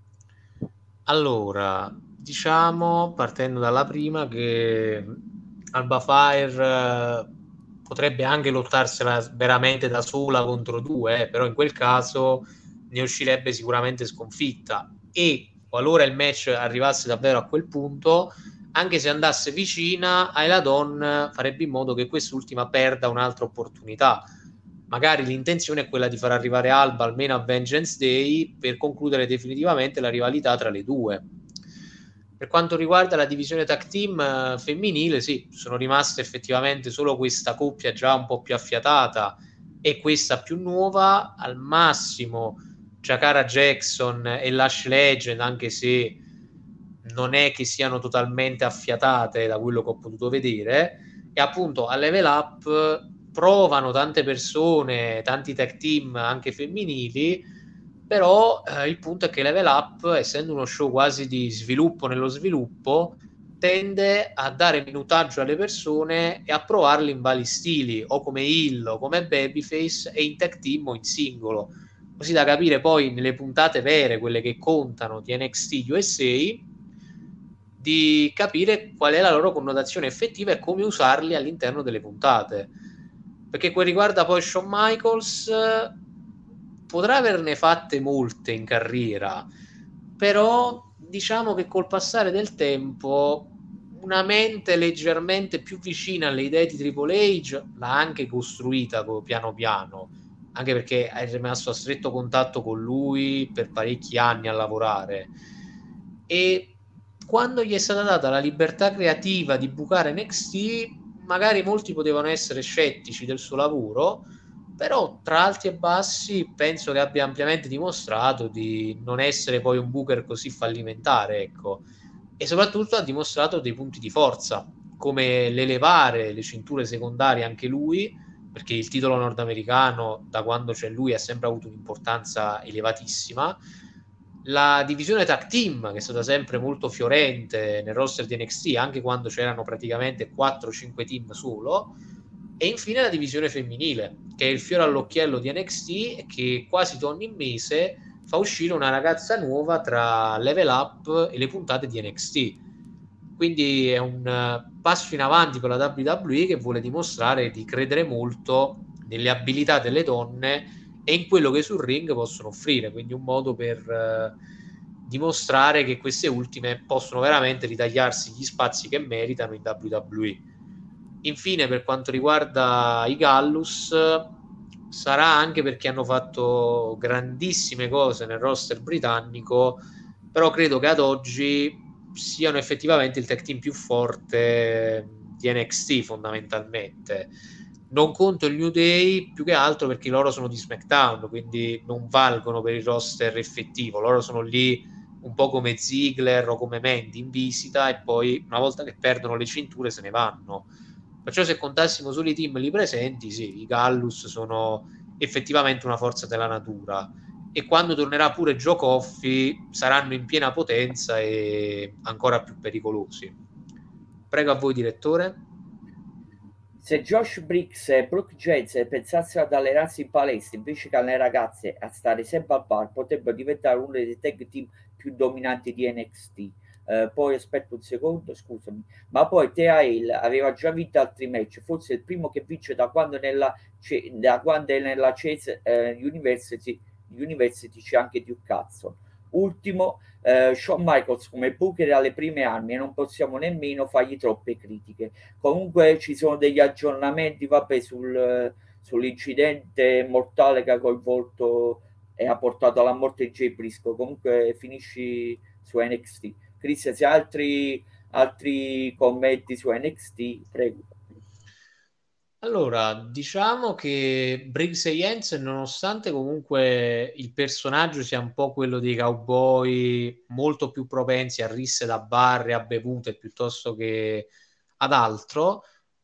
Allora, diciamo, partendo dalla prima, che Alba Fire eh, potrebbe anche lottarsela veramente da sola contro due, eh, però in quel caso ne uscirebbe sicuramente sconfitta, e qualora il match arrivasse davvero a quel punto, anche se andasse vicina, Ayla Dawn farebbe in modo che quest'ultima perda un'altra opportunità. Magari l'intenzione è quella di far arrivare Alba almeno a Vengeance Day per concludere definitivamente la rivalità tra le due. Per quanto riguarda la divisione tag team eh, femminile, sì, sono rimaste effettivamente solo questa coppia già un po' più affiatata e questa più nuova. Al massimo Jakara Jackson e Lash Legend, anche se non è che siano totalmente affiatate da quello che ho potuto vedere, e appunto a Level Up provano tante persone, tanti tag team anche femminili, però eh, il punto è che Level Up, essendo uno show quasi di sviluppo nello sviluppo, tende a dare minutaggio alle persone e a provarle in vari stili, o come heel o come babyface, e in tag team o in singolo, così da capire poi nelle puntate vere, quelle che contano di N X T U S A, di capire qual è la loro connotazione effettiva e come usarli all'interno delle puntate. Perché quel riguarda poi Shawn Michaels, potrà averne fatte molte in carriera, però diciamo che col passare del tempo una mente leggermente più vicina alle idee di Triple H l'ha anche costruita piano piano, anche perché è rimasto a stretto contatto con lui per parecchi anni a lavorare, e quando gli è stata data la libertà creativa di bucare N X T, magari molti potevano essere scettici del suo lavoro, però tra alti e bassi penso che abbia ampiamente dimostrato di non essere poi un booker così fallimentare, ecco, e soprattutto ha dimostrato dei punti di forza, come l'elevare le cinture secondarie anche lui, perché il titolo nordamericano da quando c'è lui ha sempre avuto un'importanza elevatissima, la divisione tag team che è stata sempre molto fiorente nel roster di N X T anche quando c'erano praticamente quattro cinque team solo, e infine la divisione femminile che è il fiore all'occhiello di N X T e che quasi ogni mese fa uscire una ragazza nuova tra Level Up e le puntate di N X T. Quindi è un passo in avanti per la W W E che vuole dimostrare di credere molto nelle abilità delle donne e in quello che sul ring possono offrire, quindi un modo per eh, dimostrare che queste ultime possono veramente ritagliarsi gli spazi che meritano in W W E. Infine, per quanto riguarda i Gallus, sarà anche perché hanno fatto grandissime cose nel roster britannico, però credo che ad oggi siano effettivamente il tag team più forte di N X T fondamentalmente. Non conto il New Day più che altro perché loro sono di SmackDown, quindi non valgono per il roster effettivo, loro sono lì un po' come Ziggler o come Mandy in visita e poi una volta che perdono le cinture se ne vanno. Perciò se contassimo solo i team lì presenti, sì, i Gallus sono effettivamente una forza della natura, e quando tornerà pure Joe Coffey saranno in piena potenza e ancora più pericolosi. Prego a voi, direttore.
Se Josh Briggs e Brooke Jensen pensassero ad allenarsi in palestra invece che alle ragazze a stare sempre al bar, potrebbero diventare uno dei tag team più dominanti di N X T. Uh, poi aspetta un secondo, scusami, ma poi Thea Hale aveva già vinto altri match, forse il primo che vince da quando nella, da quando è nella Chase uh, University, University c'è anche Duke Hudson. Ultimo, uh, Shawn Michaels come booker alle prime armi e non possiamo nemmeno fargli troppe critiche. Comunque ci sono degli aggiornamenti, vabbè, sul, sull'incidente mortale che ha coinvolto e ha portato alla morte Jay Briscoe. Comunque finisci su N X T. Chris, se altri, altri commenti su N X T, prego.
Allora, diciamo che Briggs e Jensen, nonostante comunque il personaggio sia un po' quello dei cowboy molto più propensi a risse da bar e a bevute piuttosto che ad altro,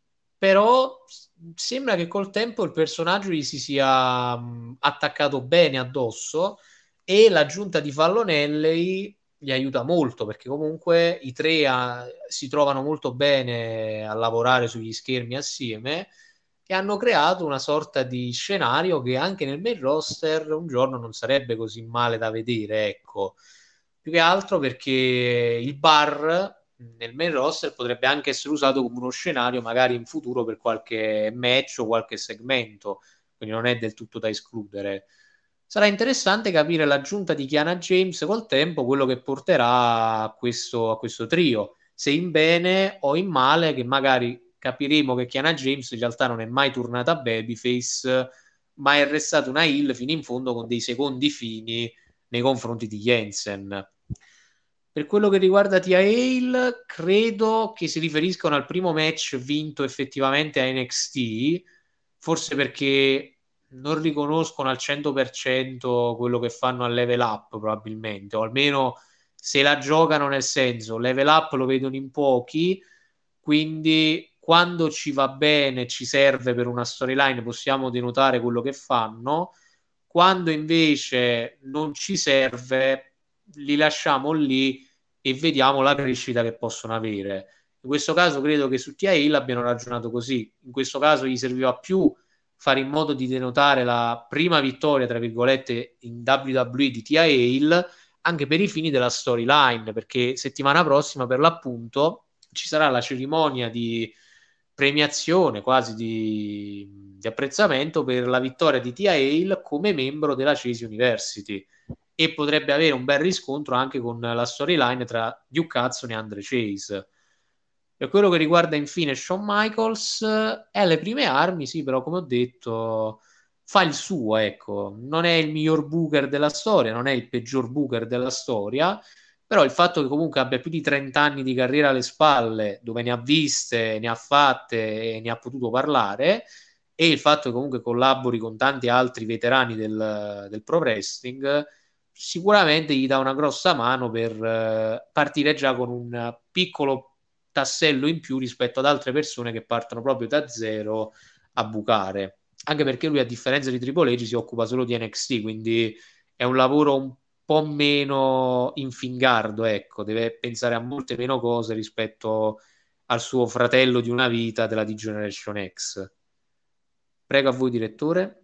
però sembra che col tempo il personaggio gli si sia mh, attaccato bene addosso, e l'aggiunta di Fallonelli gli aiuta molto, perché comunque i tre a, si trovano molto bene a lavorare sugli schermi assieme, e hanno creato una sorta di scenario che anche nel main roster un giorno non sarebbe così male da vedere, ecco. Più che altro perché il bar nel main roster potrebbe anche essere usato come uno scenario magari in futuro per qualche match o qualche segmento, quindi non è del tutto da escludere. Sarà interessante capire l'aggiunta di Kiana James col tempo, quello che porterà a questo, a questo trio, se in bene o in male, che magari capiremo che Kiana James in realtà non è mai tornata babyface, ma è restata una heel fino in fondo con dei secondi fini nei confronti di Jensen. Per quello che riguarda Tia Hale, credo che si riferiscano al primo match vinto effettivamente a N X T, forse perché non riconoscono al cento per cento quello che fanno a Level Up probabilmente, o almeno se la giocano, nel senso Level Up lo vedono in pochi, quindi quando ci va bene, ci serve per una storyline, possiamo denotare quello che fanno. Quando invece non ci serve, li lasciamo lì e vediamo la crescita che possono avere. In questo caso credo che su Tia Hill abbiano ragionato così. In questo caso gli serviva più fare in modo di denotare la prima vittoria, tra virgolette, in W W E di Tia Hill, anche per i fini della storyline, perché settimana prossima, per l'appunto, ci sarà la cerimonia di premiazione, quasi di, di apprezzamento per la vittoria di Tia Hale come membro della Chase University, e potrebbe avere un bel riscontro anche con la storyline tra Duke Hudson e Andre Chase. Per quello che riguarda infine Shawn Michaels, è alle prime armi, sì, però come ho detto fa il suo, ecco. Non è il miglior booker della storia, non è il peggior booker della storia, però il fatto che comunque abbia più di trenta anni di carriera alle spalle, dove ne ha viste, ne ha fatte e ne ha potuto parlare, e il fatto che comunque collabori con tanti altri veterani del, del pro wrestling, sicuramente gli dà una grossa mano per eh, partire già con un piccolo tassello in più rispetto ad altre persone che partono proprio da zero a bucare. Anche perché lui, a differenza di Triple H, si occupa solo di N X T, quindi è un lavoro un po' meno infingardo, ecco, deve pensare a molte meno cose rispetto al suo fratello di una vita della D-Generation X. Prego a voi, direttore.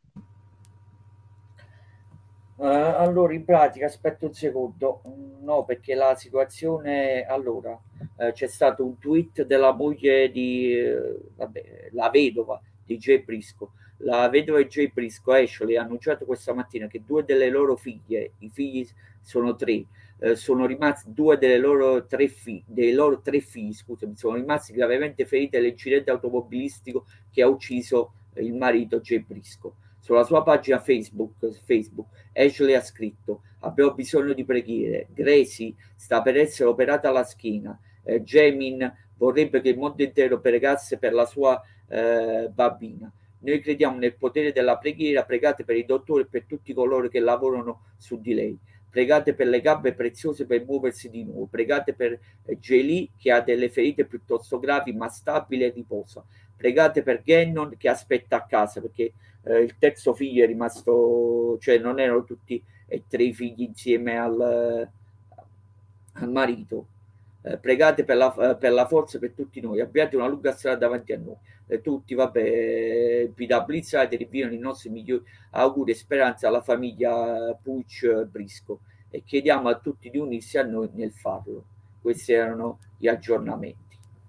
Uh, allora, in pratica, aspetta un secondo, no, perché la situazione, allora, uh, c'è stato un tweet della moglie di, uh, vabbè, la vedova di Jay Briscoe. La vedova di Jay Briscoe, Ashley, ha annunciato questa mattina che due delle loro figlie, i figli sono tre, uh, sono rimasti, due delle loro tre figli, dei loro tre figli, scusami, sono rimasti gravemente feriti nell'incidente automobilistico che ha ucciso il marito Jay Briscoe. Sulla sua pagina Facebook, Facebook Ashley ha scritto: abbiamo bisogno di preghiere. Gracie sta per essere operata alla schiena. Eh, Jamin vorrebbe che il mondo intero pregasse per la sua eh, bambina. Noi crediamo nel potere della preghiera. Pregate per i dottori e per tutti coloro che lavorano su di lei. Pregate per le gambe preziose per muoversi di nuovo. Pregate per eh, Jelly, che ha delle ferite piuttosto gravi ma stabile e riposa. Pregate per Gannon, che aspetta a casa, perché eh, il terzo figlio è rimasto, cioè non erano tutti e tre i figli insieme al, al marito. Eh, pregate per la, per la forza per tutti noi. Abbiate una lunga strada davanti a noi. Eh, tutti, vabbè, P W Insider inviano i nostri migliori auguri e speranze alla famiglia Pucci Briscoe e chiediamo a tutti di unirsi a noi nel farlo. Questi erano gli aggiornamenti.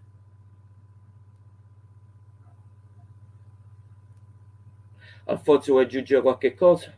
Alfonso, vuoi aggiungere qualche cosa?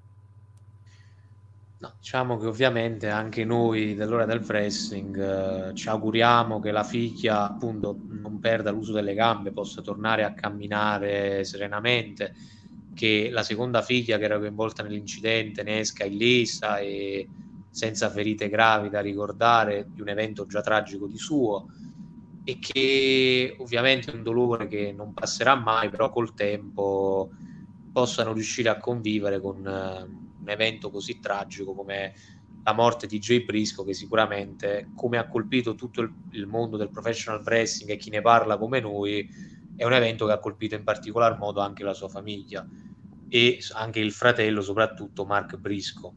No, diciamo che ovviamente anche noi dell'ora del wrestling eh, ci auguriamo che la figlia appunto non perda l'uso delle gambe, possa tornare a camminare serenamente, che la seconda figlia che era coinvolta nell'incidente ne esca illesa e senza ferite gravi da ricordare, di un evento già tragico di suo, e che ovviamente è un dolore che non passerà mai, però col tempo possano riuscire a convivere con uh, un evento così tragico come la morte di Jay Briscoe, che sicuramente, come ha colpito tutto il, il mondo del professional wrestling e chi ne parla come noi, è un evento che ha colpito in particolar modo anche la sua famiglia e anche il fratello, soprattutto Mark Briscoe.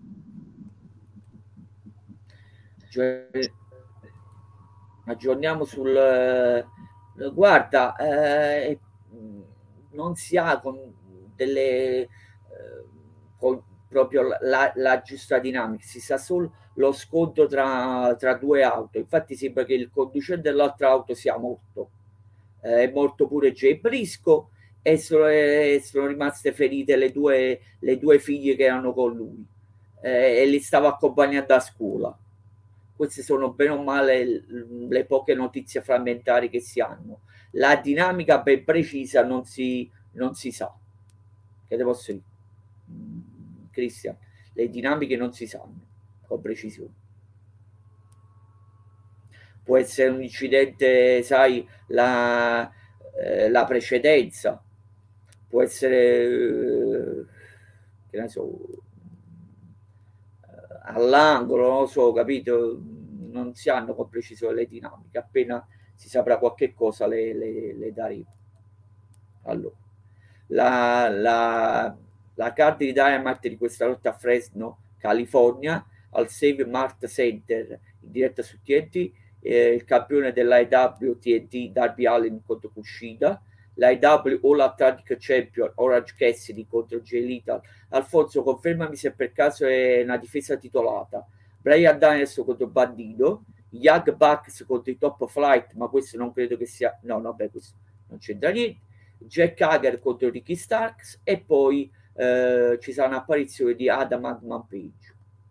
Cioè, aggiorniamo sul eh, guarda, eh, non si ha con delle eh, con proprio la, la giusta dinamica, si sa solo lo scontro tra, tra due auto. Infatti sembra che il conducente dell'altra auto sia morto, eh, è morto pure Jay Briscoe, e sono, eh, sono rimaste ferite le due, le due figlie che erano con lui, eh, e li stava accompagnando a scuola. Queste sono bene o male le poche notizie frammentari che si hanno. La dinamica ben precisa non si, non si sa. Che te posso dire? Cristian, le dinamiche non si sanno con precisione. Può essere un incidente, sai, la, eh, la precedenza, può essere, eh, che ne so, all'angolo, non lo so, capito? Non si hanno con precisione le dinamiche. Appena si saprà qualche cosa le, le, le daremo. Allora, la, la, la card di Dynamite di questa lotta a Fresno, California, al Save Mart Center, in diretta su T N T, eh, il campione dell'A E W T N T, Darby Allin contro Kushida, l'A E W All Atlantic Champion, Orange Cassidy contro Jay Lethal. Alfonso, confermami se per caso è una difesa titolata. Brian Danielson contro Bandito, Young Bucks contro i Top Flight, ma questo non credo che sia... No, no, beh, questo non c'entra niente. Jack Hager contro Ricky Starks, e poi eh, ci sarà un'apparizione di Adam Hangman Page.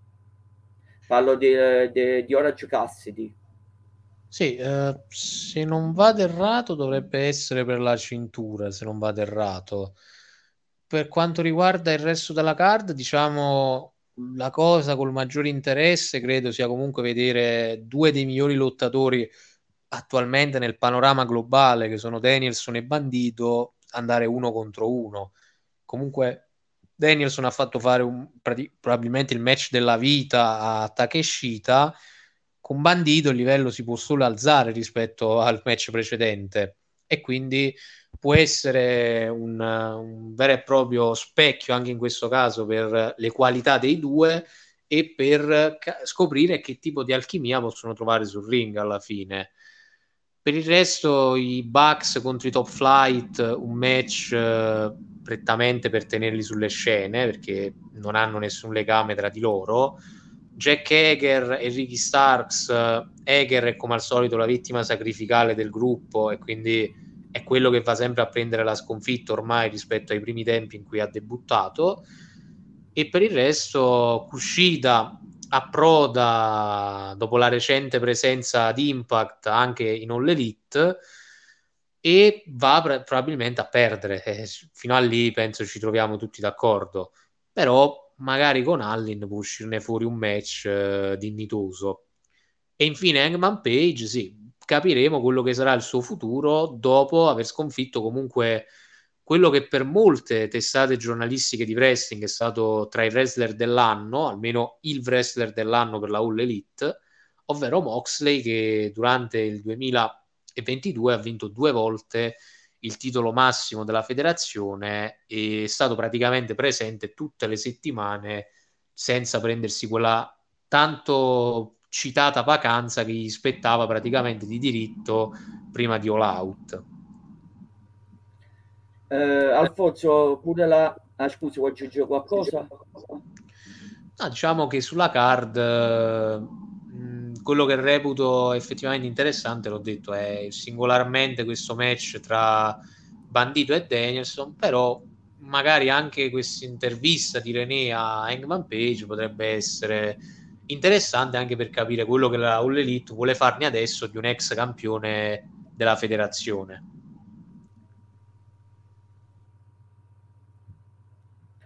Parlo di, di, di Orange Cassidy.
Sì, eh, se non vado errato dovrebbe essere per la cintura, se non vado errato. Per quanto riguarda il resto della card, diciamo, la cosa col maggiore interesse credo sia comunque vedere due dei migliori lottatori attualmente nel panorama globale, che sono Danielson e Bandito, andare uno contro uno. Comunque Danielson ha fatto fare un, probabilmente il match della vita a Takeshita. Con Bandito il livello si può solo alzare rispetto al match precedente, e quindi può essere un, un vero e proprio specchio anche in questo caso per le qualità dei due e per ca- scoprire che tipo di alchimia possono trovare sul ring alla fine. Per il resto, i Bucks contro i Top Flight, un match eh, prettamente per tenerli sulle scene, perché non hanno nessun legame tra di loro. Jack Hager e Ricky Starks. Hager è come al solito la vittima sacrificale del gruppo, e quindi è quello che va sempre a prendere la sconfitta ormai rispetto ai primi tempi in cui ha debuttato. E per il resto Kushida approda dopo la recente presenza di Impact anche in All Elite e va pr- probabilmente a perdere. Eh, fino a lì penso ci troviamo tutti d'accordo, però magari con Allin può uscirne fuori un match eh, dignitoso. E infine Hangman Page, sì, capiremo quello che sarà il suo futuro dopo aver sconfitto comunque quello che per molte testate giornalistiche di wrestling è stato tra i wrestler dell'anno, almeno il wrestler dell'anno per la All Elite, ovvero Moxley, che durante il duemilaventidue ha vinto due volte il titolo massimo della federazione e è stato praticamente presente tutte le settimane senza prendersi quella tanto citata vacanza che gli spettava praticamente di diritto prima di All Out.
Eh, Alfonso, pure la... Ah, scusi, vuoi aggiungere qualcosa?
No, diciamo che sulla card mh, quello che reputo effettivamente interessante, l'ho detto, è singolarmente questo match tra Bandito e Danielson, però magari anche questa intervista di René a Hangman Page potrebbe essere interessante anche per capire quello che la All Elite vuole farne adesso di un ex campione della federazione.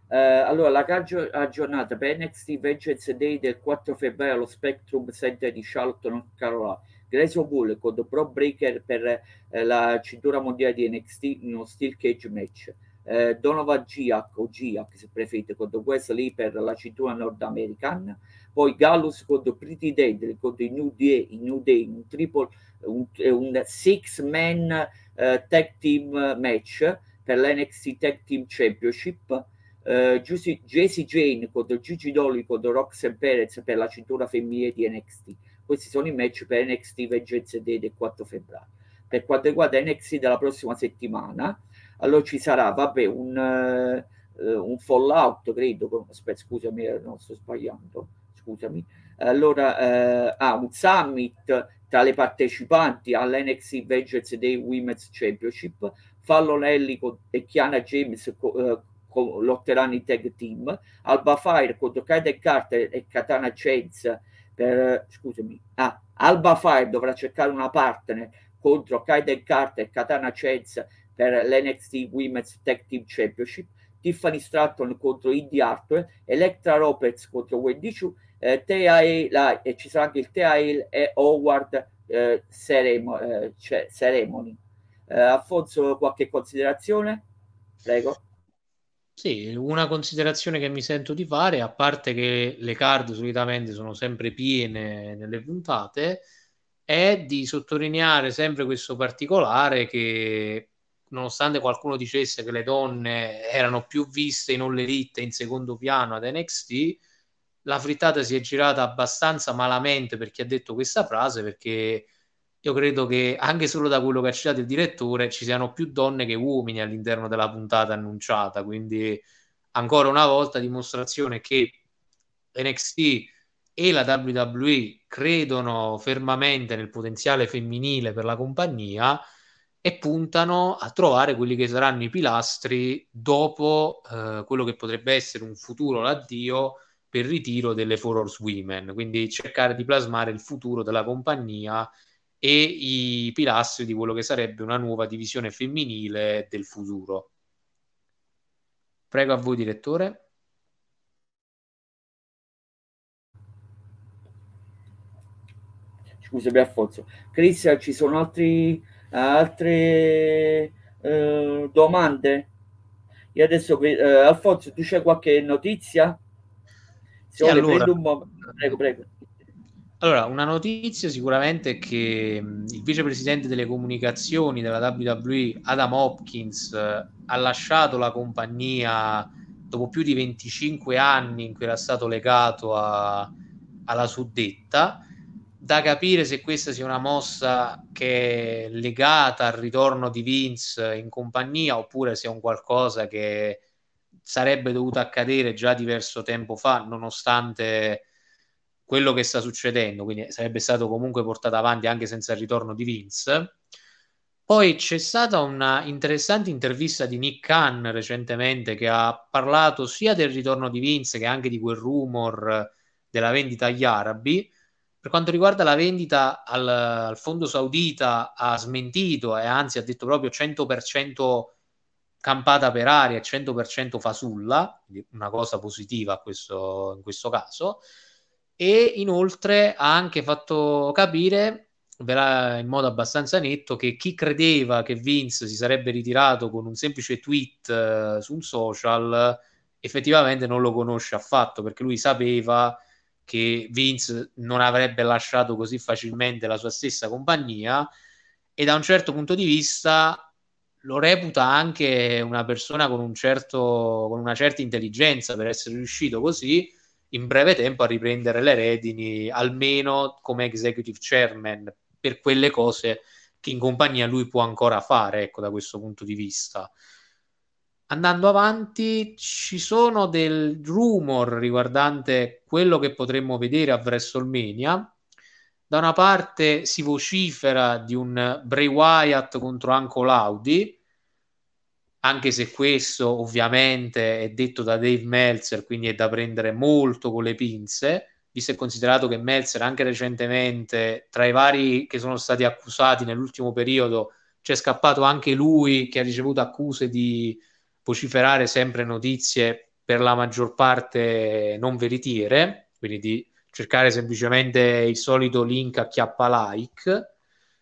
Eh, allora, la card aggiornata per N X T Vengeance Day del quattro febbraio allo Spectrum Center di Charlotte, North Carolina. Grayson Waller con Pro Breaker per eh, la cintura mondiale di N X T in uno Steel Cage match. Eh, Donovan Giac o Giac se preferite con Wesley per la cintura Nord American. Poi Gallus con Pretty Deadly con i New Day, in New Day un triple un, un six man uh, tag team match per l'N X T Tag Team Championship. Uh, Jessie Jane contro Gigi Dolly contro Roxanne Perez per la cintura femminile di N X T. Questi sono i match per N X T Vengeance Day del quattro febbraio. Per quanto riguarda N X T della prossima settimana, allora ci sarà, vabbè, un, uh, un Fallout, credo, aspetta, scusami, no, sto sbagliando, scusami. Allora, uh, ah, un Summit tra le partecipanti all'N X T Vengeance Day Women's Championship. Fallon Ellie e Kiana James uh, lotteranno in tag team. Alba Fire contro Kaiden Carter e Katana Chance per, scusami, ah, Alba Fire dovrà cercare una partner contro Kaiden Carter e Katana Chance per l'N X T Women's Tag Team Championship. Tiffany Stratton contro Indy Hartwell, Electra Roberts contro Wendy Chu, eh, T A E, la, e ci sarà anche il T A E e Howard eh, Ceremony. Eh, cioè, ceremony. Eh, Alfonso, qualche considerazione? Prego.
Sì, una considerazione che mi sento di fare, a parte che le card solitamente sono sempre piene nelle puntate, è di sottolineare sempre questo particolare che, nonostante qualcuno dicesse che le donne erano più viste in All Elite e in secondo piano ad N X T, la frittata si è girata abbastanza malamente per chi ha detto questa frase, perché io credo che anche solo da quello che ha citato il direttore ci siano più donne che uomini all'interno della puntata annunciata, quindi ancora una volta dimostrazione che N X T e la W W E credono fermamente nel potenziale femminile per la compagnia e puntano a trovare quelli che saranno i pilastri dopo eh, quello che potrebbe essere un futuro l'addio per ritiro delle Four Horsewomen, quindi cercare di plasmare il futuro della compagnia e i pilastri di quello che sarebbe una nuova divisione femminile del futuro. Prego a voi, direttore.
Scusami Alfonso. Cristian, ci sono altri, altre eh, domande? Io adesso, eh, Alfonso, tu c'hai qualche notizia? Se
Sì, allora,
prendo un momento. Prego, prego.
Allora, una notizia sicuramente è che mh, il vicepresidente delle comunicazioni della W W E, Adam Hopkins, eh, ha lasciato la compagnia dopo più di venticinque anni in cui era stato legato a, alla suddetta. Da capire se questa sia una mossa che è legata al ritorno di Vince in compagnia oppure se è un qualcosa che sarebbe dovuto accadere già diverso tempo fa, nonostante quello che sta succedendo, quindi sarebbe stato comunque portato avanti anche senza il ritorno di Vince. Poi c'è stata una interessante intervista di Nick Khan recentemente che ha parlato sia del ritorno di Vince che anche di quel rumor della vendita agli arabi. Per quanto riguarda la vendita al, al fondo saudita ha smentito e anzi ha detto proprio cento per cento campata per aria e cento per cento fasulla, una cosa positiva a questo, in questo caso. E inoltre ha anche fatto capire in modo abbastanza netto che chi credeva che Vince si sarebbe ritirato con un semplice tweet eh, su un social effettivamente non lo conosce affatto, perché lui sapeva che Vince non avrebbe lasciato così facilmente la sua stessa compagnia e da un certo punto di vista lo reputa anche una persona con un certo con una certa intelligenza per essere riuscito così in breve tempo a riprendere le redini, almeno come executive chairman, per quelle cose che in compagnia lui può ancora fare, ecco, da questo punto di vista. Andando avanti, ci sono del rumor riguardante quello che potremmo vedere a WrestleMania. Da una parte si vocifera di un Bray Wyatt contro Uncle Howdy, anche se questo ovviamente è detto da Dave Meltzer, quindi è da prendere molto con le pinze, visto e considerato che Meltzer anche recentemente, tra i vari che sono stati accusati nell'ultimo periodo, c'è scappato anche lui che ha ricevuto accuse di vociferare sempre notizie per la maggior parte non veritiere, quindi di cercare semplicemente il solito link a chiappa like.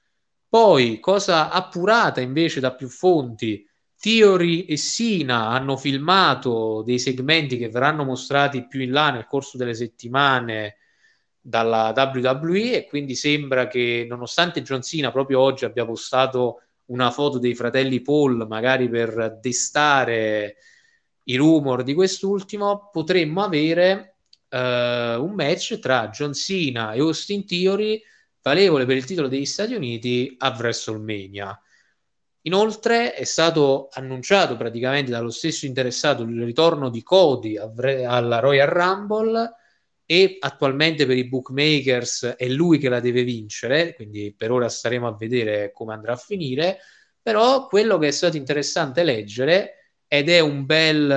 Poi, cosa appurata invece da più fonti, Theory e Sina hanno filmato dei segmenti che verranno mostrati più in là nel corso delle settimane dalla W W E, e quindi sembra che, nonostante John Cena proprio oggi abbia postato una foto dei fratelli Paul, magari per destare i rumor di quest'ultimo, potremmo avere eh, un match tra John Cena e Austin Theory valevole per il titolo degli Stati Uniti a WrestleMania. Inoltre è stato annunciato praticamente dallo stesso interessato il ritorno di Cody alla Royal Rumble, e attualmente per i bookmakers è lui che la deve vincere, quindi per ora staremo a vedere come andrà a finire. Però quello che è stato interessante leggere, ed è un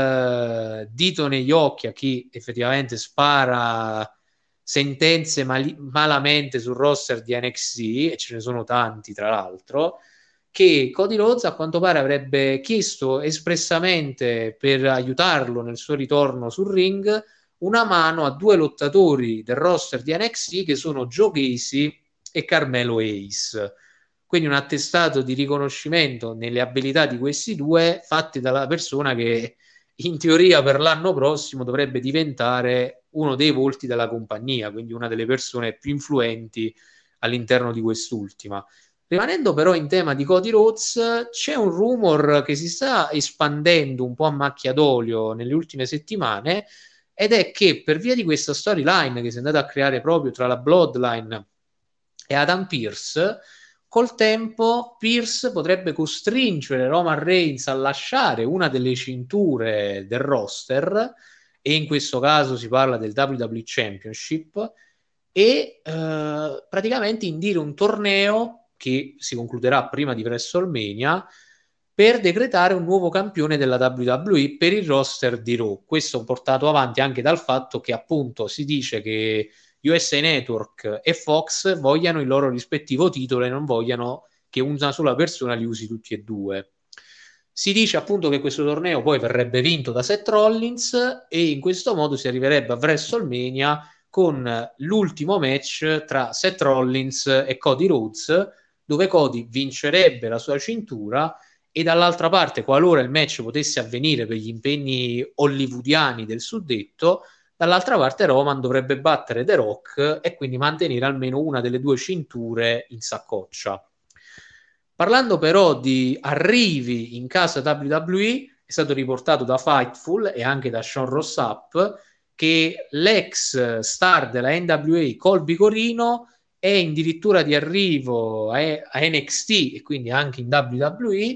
bel dito negli occhi a chi effettivamente spara sentenze mali- malamente sul roster di N X T, e ce ne sono tanti tra l'altro, che Cody Rhodes a quanto pare avrebbe chiesto espressamente, per aiutarlo nel suo ritorno sul ring, una mano a due lottatori del roster di N X T che sono Joe Gacy e Carmelo Hayes. Quindi un attestato di riconoscimento nelle abilità di questi due, fatti dalla persona che in teoria per l'anno prossimo dovrebbe diventare uno dei volti della compagnia, quindi una delle persone più influenti all'interno di quest'ultima. Rimanendo però in tema di Cody Rhodes, c'è un rumor che si sta espandendo un po' a macchia d'olio nelle ultime settimane, ed è che per via di questa storyline che si è andata a creare proprio tra la Bloodline e Adam Pearce, col tempo Pearce potrebbe costringere Roman Reigns a lasciare una delle cinture del roster, e in questo caso si parla del W W E Championship, e eh, praticamente indire un torneo che si concluderà prima di WrestleMania per decretare un nuovo campione della W W E per il roster di Raw. Questo portato avanti anche dal fatto che appunto si dice che U S A Network e Fox vogliano il loro rispettivo titolo e non vogliano che una sola persona li usi tutti e due. Si dice appunto che questo torneo poi verrebbe vinto da Seth Rollins, e in questo modo si arriverebbe a WrestleMania con l'ultimo match tra Seth Rollins e Cody Rhodes, dove Cody vincerebbe la sua cintura, e dall'altra parte, qualora il match potesse avvenire per gli impegni hollywoodiani del suddetto, dall'altra parte Roman dovrebbe battere The Rock e quindi mantenere almeno una delle due cinture in saccoccia. Parlando però di arrivi in casa W W E, è stato riportato da Fightful e anche da Sean Rossap che l'ex star della N W A Colby Corino è addirittura di arrivo a, a N X T e quindi anche in W W E,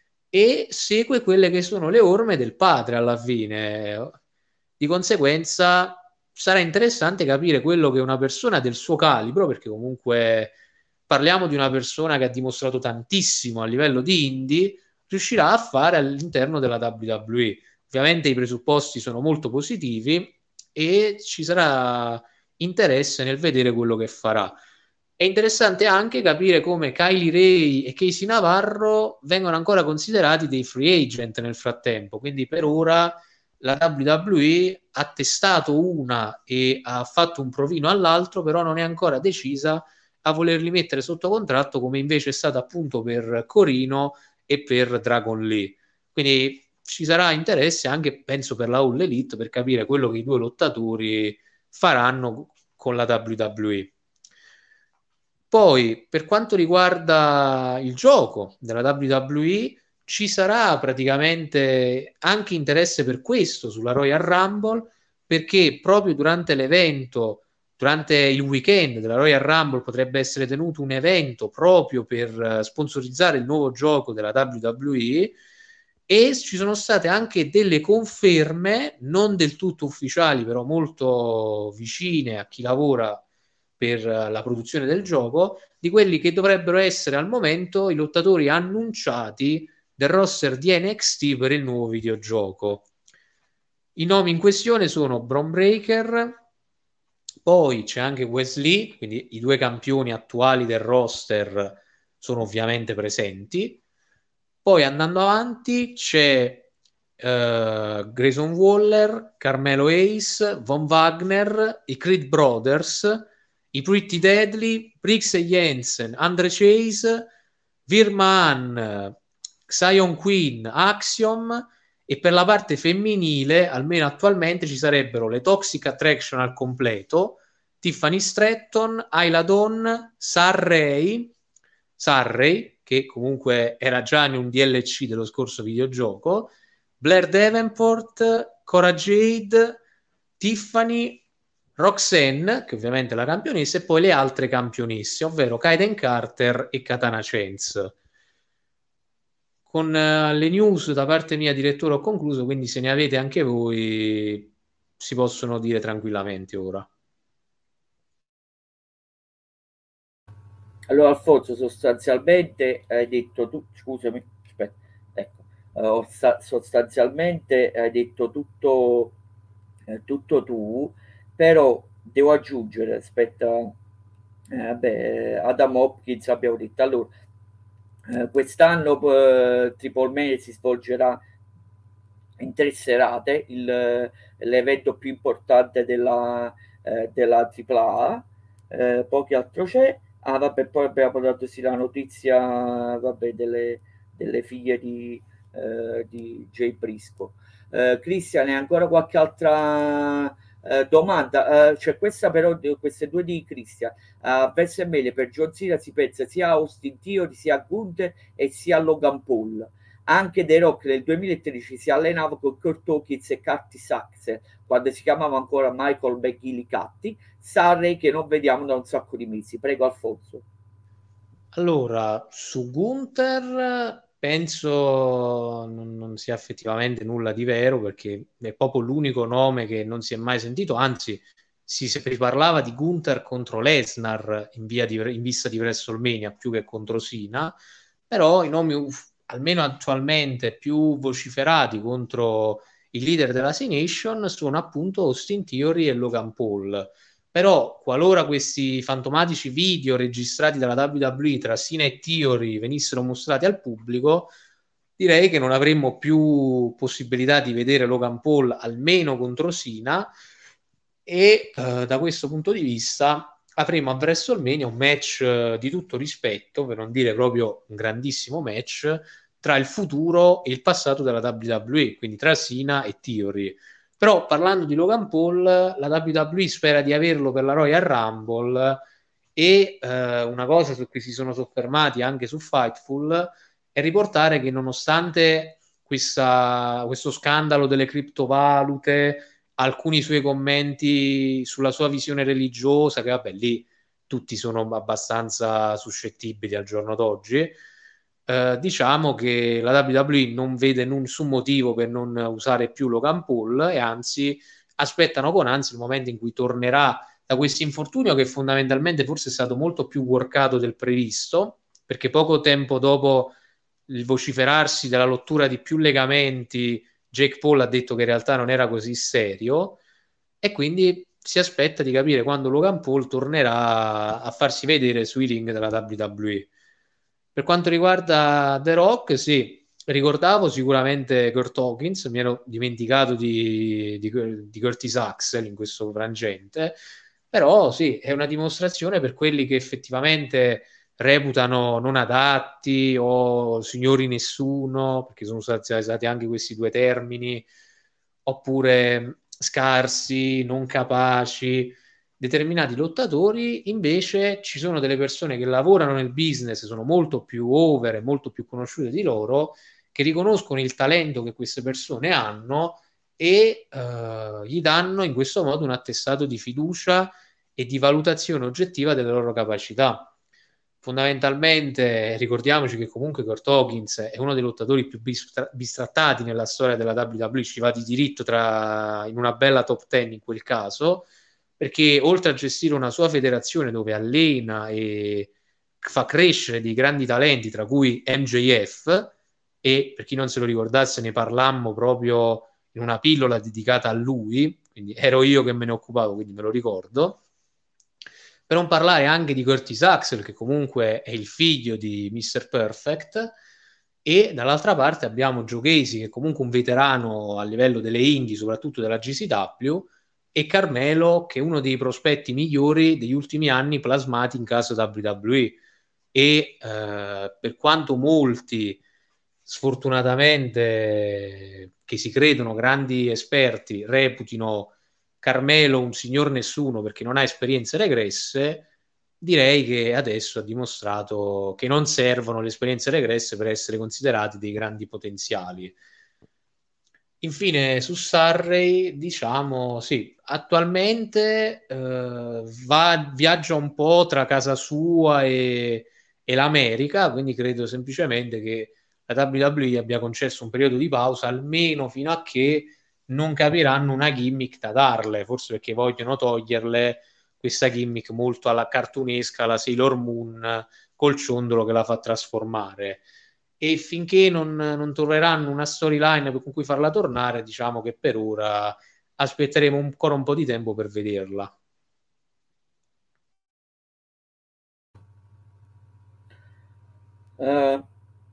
e segue quelle che sono le orme del padre alla fine. Di conseguenza sarà interessante capire quello che una persona del suo calibro, perché comunque parliamo di una persona che ha dimostrato tantissimo a livello di indie, riuscirà a fare all'interno della W W E. Ovviamente i presupposti sono molto positivi e ci sarà interesse nel vedere quello che farà. È interessante anche capire come Kylie Ray e Casey Navarro vengono ancora considerati dei free agent nel frattempo, quindi per ora la W W E ha testato una e ha fatto un provino all'altro, però non è ancora decisa a volerli mettere sotto contratto, come invece è stato appunto per Corino e per Dragon Lee. Quindi ci sarà interesse anche, penso, per la All Elite per capire quello che i due lottatori faranno con la W W E. Poi, per quanto riguarda il gioco della W W E, ci sarà praticamente anche interesse per questo sulla Royal Rumble, perché proprio durante l'evento, durante il weekend della Royal Rumble, potrebbe essere tenuto un evento proprio per sponsorizzare il nuovo gioco della W W E, e ci sono state anche delle conferme, non del tutto ufficiali, però molto vicine a chi lavora per la produzione del gioco, di quelli che dovrebbero essere al momento i lottatori annunciati del roster di N X T per il nuovo videogioco. I nomi in questione sono Bron Breakker, poi c'è anche Wesley, quindi i due campioni attuali del roster sono ovviamente presenti. Poi andando avanti c'è uh, Grayson Waller, Carmelo Hayes, Von Wagner, i Creed Brothers, i Pretty Deadly, Briggs e Jensen, Andre Chase, Virman, Xion Queen, Axiom, e per la parte femminile, almeno attualmente, ci sarebbero le Toxic Attraction al completo, Tiffany Stratton, Ayla Dawn, Sarray, Sarray, che comunque era già in un D L C dello scorso videogioco, Blair Davenport, Cora Jade, Tiffany, Roxanne, che ovviamente è la campionessa, e poi le altre campionesse, ovvero Kaiden Carter e Katana Chance. Con uh, le news da parte mia, direttore, ho concluso, quindi se ne avete anche voi si possono dire tranquillamente ora.
Allora Alfonso, sostanzialmente hai detto tu, scusami, aspetta, ecco, uh, sostanzialmente hai detto tutto, eh, tutto tu, però devo aggiungere, aspetta, eh, beh, Adam Hopkins abbiamo detto, allora, eh, quest'anno eh, Triple Mania si svolgerà in tre serate, il, l'evento più importante della, eh, della tripla A, eh, poi che altro c'è? Ah, vabbè, poi abbiamo dato sì la notizia, vabbè, delle, delle figlie di, eh, di Jay Briscoe. Eh, Cristian, hai ancora qualche altra eh, domanda? Eh, cioè questa però, queste due di Cristian, a verso e meglio per John Cena si pensa sia a Austin Theory, sia a Gunther e sia a Logan Paul. Anche The Rock nel duemilatredici si allenava con Kurt Hawkins e Curtis Axel quando si chiamava ancora Michael McGillicuddy. Sarri che non vediamo da un sacco di mesi. Prego Alfonso.
Allora, su Gunther penso non, non sia effettivamente nulla di vero, perché è proprio l'unico nome che non si è mai sentito, anzi si, si parlava di Gunther contro Lesnar in, via di, in vista di WrestleMania più che contro Cena, però i nomi uff, almeno attualmente più vociferati contro i leader della C-Nation sono appunto Austin Theory e Logan Paul. Però qualora questi fantomatici video registrati dalla W W E tra Cena e Theory venissero mostrati al pubblico, direi che non avremmo più possibilità di vedere Logan Paul almeno contro Cena, e eh, da questo punto di vista avremo a WrestleMania un match eh, di tutto rispetto, per non dire proprio un grandissimo match, tra il futuro e il passato della W W E, quindi tra Cena e Theory. Però parlando di Logan Paul, la W W E spera di averlo per la Royal Rumble, e eh, una cosa su cui si sono soffermati anche su Fightful è riportare che nonostante questa, questo scandalo delle criptovalute, alcuni suoi commenti sulla sua visione religiosa, che vabbè lì tutti sono abbastanza suscettibili al giorno d'oggi, eh, diciamo che la W W E non vede nessun motivo per non usare più Logan Paul, e anzi aspettano con ansia il momento in cui tornerà da questo infortunio, che fondamentalmente forse è stato molto più workato del previsto, perché poco tempo dopo il vociferarsi della rottura di più legamenti, Jake Paul ha detto che in realtà non era così serio, e quindi si aspetta di capire quando Logan Paul tornerà a farsi vedere sui ring della W W E. Per quanto riguarda The Rock, sì, ricordavo sicuramente Kurt Hawkins, mi ero dimenticato di, di, di Curtis Axel in questo frangente, però sì, è una dimostrazione per quelli che effettivamente reputano non adatti o signori nessuno, perché sono stati usati anche questi due termini, oppure scarsi, non capaci. Determinati lottatori, invece, ci sono delle persone che lavorano nel business, sono molto più over e molto più conosciute di loro, che riconoscono il talento che queste persone hanno e eh, gli danno in questo modo un attestato di fiducia e di valutazione oggettiva delle loro capacità. Fondamentalmente ricordiamoci che comunque Kurt Hawkins è uno dei lottatori più bistra- bistrattati nella storia della W W E, ci va di diritto tra, in una bella top ten in quel caso, perché oltre a gestire una sua federazione dove allena e fa crescere dei grandi talenti, tra cui M J F, e per chi non se lo ricordasse ne parlammo proprio in una pillola dedicata a lui, quindi ero io che me ne occupavo, quindi me lo ricordo. Per non parlare anche di Curtis Axel, che comunque è il figlio di mister Perfect, e dall'altra parte abbiamo Joe Gacy, che è comunque un veterano a livello delle indie, soprattutto della G C W, e Carmelo, che è uno dei prospetti migliori degli ultimi anni plasmati in caso W W E. E eh, per quanto molti sfortunatamente che si credono grandi esperti reputino Carmelo un signor nessuno perché non ha esperienze regresse, direi che adesso ha dimostrato che non servono le esperienze regresse per essere considerati dei grandi potenziali. Infine su Surrey, diciamo, sì, attualmente eh, va, viaggia un po' tra casa sua e, e l'America, quindi credo semplicemente che la W W E abbia concesso un periodo di pausa, almeno fino a che non capiranno una gimmick da darle, forse perché vogliono toglierle questa gimmick molto alla cartunesca, la Sailor Moon, col ciondolo che la fa trasformare. E finché non, non troveranno una storyline con cui farla tornare, diciamo che per ora aspetteremo ancora un po' di tempo per vederla.
Uh,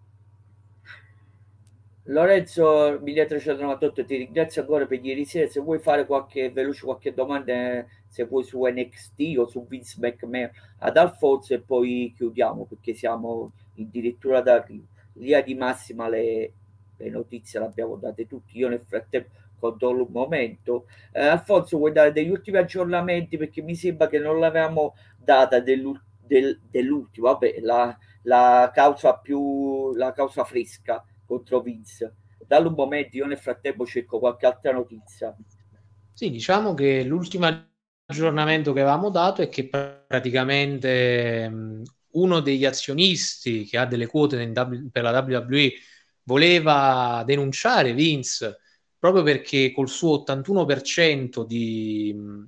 Lorenzo milletrecentonovantotto, ti ringrazio ancora per ieri sera. Se vuoi fare qualche veloce qualche domanda, se vuoi su N X T o su Vince McMahon ad Alfonso, e poi chiudiamo perché siamo addirittura d'arrivo. Linea di massima le, le notizie le abbiamo date tutti. Io nel frattempo controllo un momento. Eh, Alfonso, vuoi dare degli ultimi aggiornamenti? Perché mi sembra che non l'avevamo data dell'ul- del, dell'ultimo, vabbè, la, la causa più la causa fresca contro Vince. Dallo un momento, io nel frattempo cerco qualche altra notizia.
Sì, diciamo che l'ultimo aggiornamento che avevamo dato è che praticamente mh, uno degli azionisti che ha delle quote in w- per la W W E voleva denunciare Vince proprio perché col suo ottantuno per cento di, mh,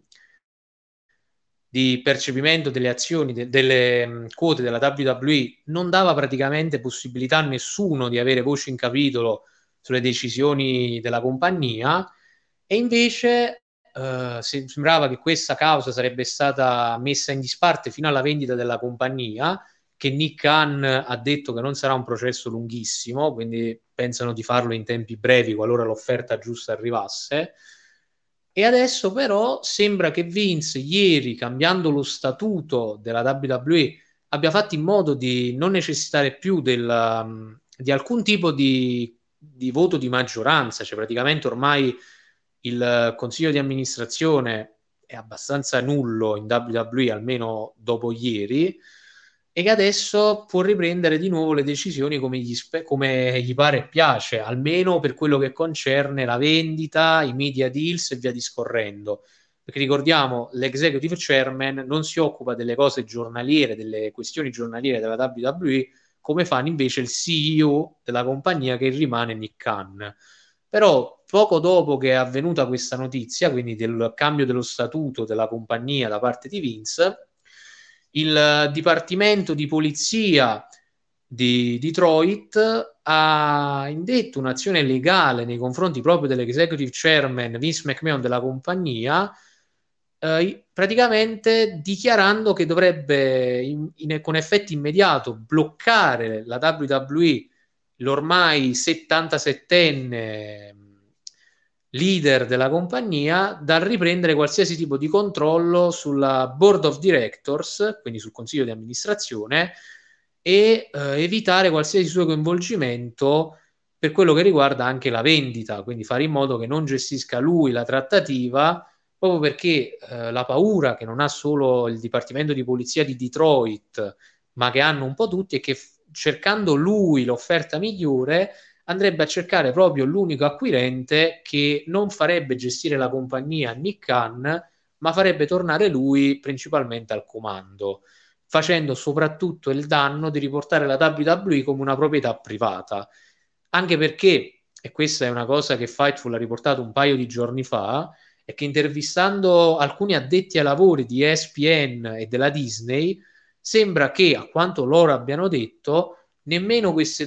di percepimento delle azioni, de- delle mh, quote della W W E non dava praticamente possibilità a nessuno di avere voce in capitolo sulle decisioni della compagnia. E invece eh, sembrava che questa causa sarebbe stata messa in disparte fino alla vendita della compagnia, che Nick Khan ha detto che non sarà un processo lunghissimo, quindi pensano di farlo in tempi brevi qualora l'offerta giusta arrivasse. E adesso però sembra che Vince ieri, cambiando lo statuto della W W E, abbia fatto in modo di non necessitare più del, di alcun tipo di, di voto di maggioranza, cioè praticamente ormai il consiglio di amministrazione è abbastanza nullo in W W E, almeno dopo ieri, e che adesso può riprendere di nuovo le decisioni come gli, spe- come gli pare e piace, almeno per quello che concerne la vendita, i media deals e via discorrendo. Perché ricordiamo, l'executive chairman non si occupa delle cose giornaliere, delle questioni giornaliere della W W E, come fa invece il C E O della compagnia, che rimane Nick Khan. Però poco dopo che è avvenuta questa notizia, quindi del cambio dello statuto della compagnia da parte di Vince, il Dipartimento di Polizia di Detroit ha indetto un'azione legale nei confronti proprio dell'executive chairman Vince McMahon della compagnia, eh, praticamente dichiarando che dovrebbe in, in, con effetto immediato bloccare la W W E, l'ormai settantasettenne leader della compagnia, dal riprendere qualsiasi tipo di controllo sulla board of directors, quindi sul consiglio di amministrazione, e eh, evitare qualsiasi suo coinvolgimento per quello che riguarda anche la vendita, quindi fare in modo che non gestisca lui la trattativa, proprio perché eh, la paura che non ha solo il Dipartimento di Polizia di Detroit, ma che hanno un po' tutti, è che f- cercando lui l'offerta migliore andrebbe a cercare proprio l'unico acquirente che non farebbe gestire la compagnia a Nick Khan, ma farebbe tornare lui principalmente al comando, facendo soprattutto il danno di riportare la W W E come una proprietà privata. Anche perché, e questa è una cosa che Fightful ha riportato un paio di giorni fa, è che intervistando alcuni addetti ai lavori di E S P N e della Disney, sembra che, a quanto loro abbiano detto, nemmeno queste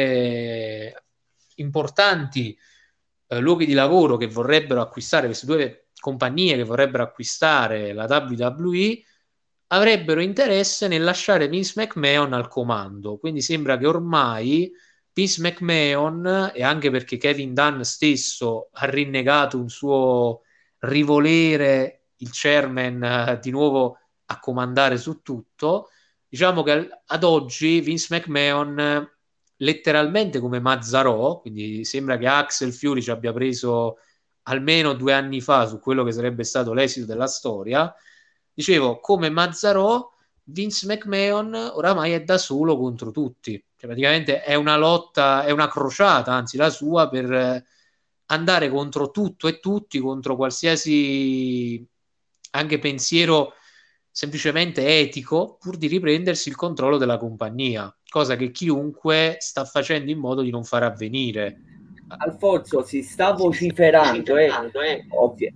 due importanti eh, luoghi di lavoro che vorrebbero acquistare, queste due compagnie che vorrebbero acquistare la W W E, avrebbero interesse nel lasciare Vince McMahon al comando. Quindi sembra che ormai Vince McMahon, e anche perché Kevin Dunn stesso ha rinnegato un suo rivolere il chairman eh, di nuovo a comandare su tutto, diciamo che ad oggi Vince McMahon letteralmente come Mazzarò, quindi sembra che Axel Fury ci abbia preso almeno due anni fa su quello che sarebbe stato l'esito della storia, dicevo, come Mazzarò Vince McMahon oramai è da solo contro tutti, cioè, praticamente è una lotta, è una crociata, anzi la sua, per andare contro tutto e tutti, contro qualsiasi anche pensiero semplicemente etico, pur di riprendersi il controllo della compagnia, cosa che chiunque sta facendo in modo di non far avvenire.
Alfonso, si sta vociferando, eh, ovvi-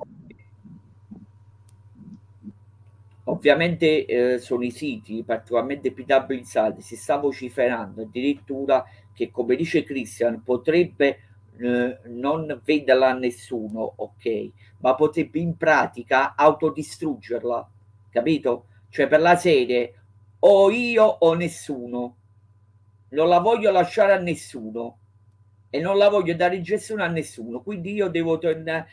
ovviamente eh, sono i siti, particolarmente P W Inside, si sta vociferando addirittura che, come dice Christian, potrebbe eh, non venderla a nessuno, ok, ma potrebbe in pratica autodistruggerla, capito? Cioè per la serie o io o nessuno, non la voglio lasciare a nessuno e non la voglio dare in gestione a nessuno, quindi io devo tornare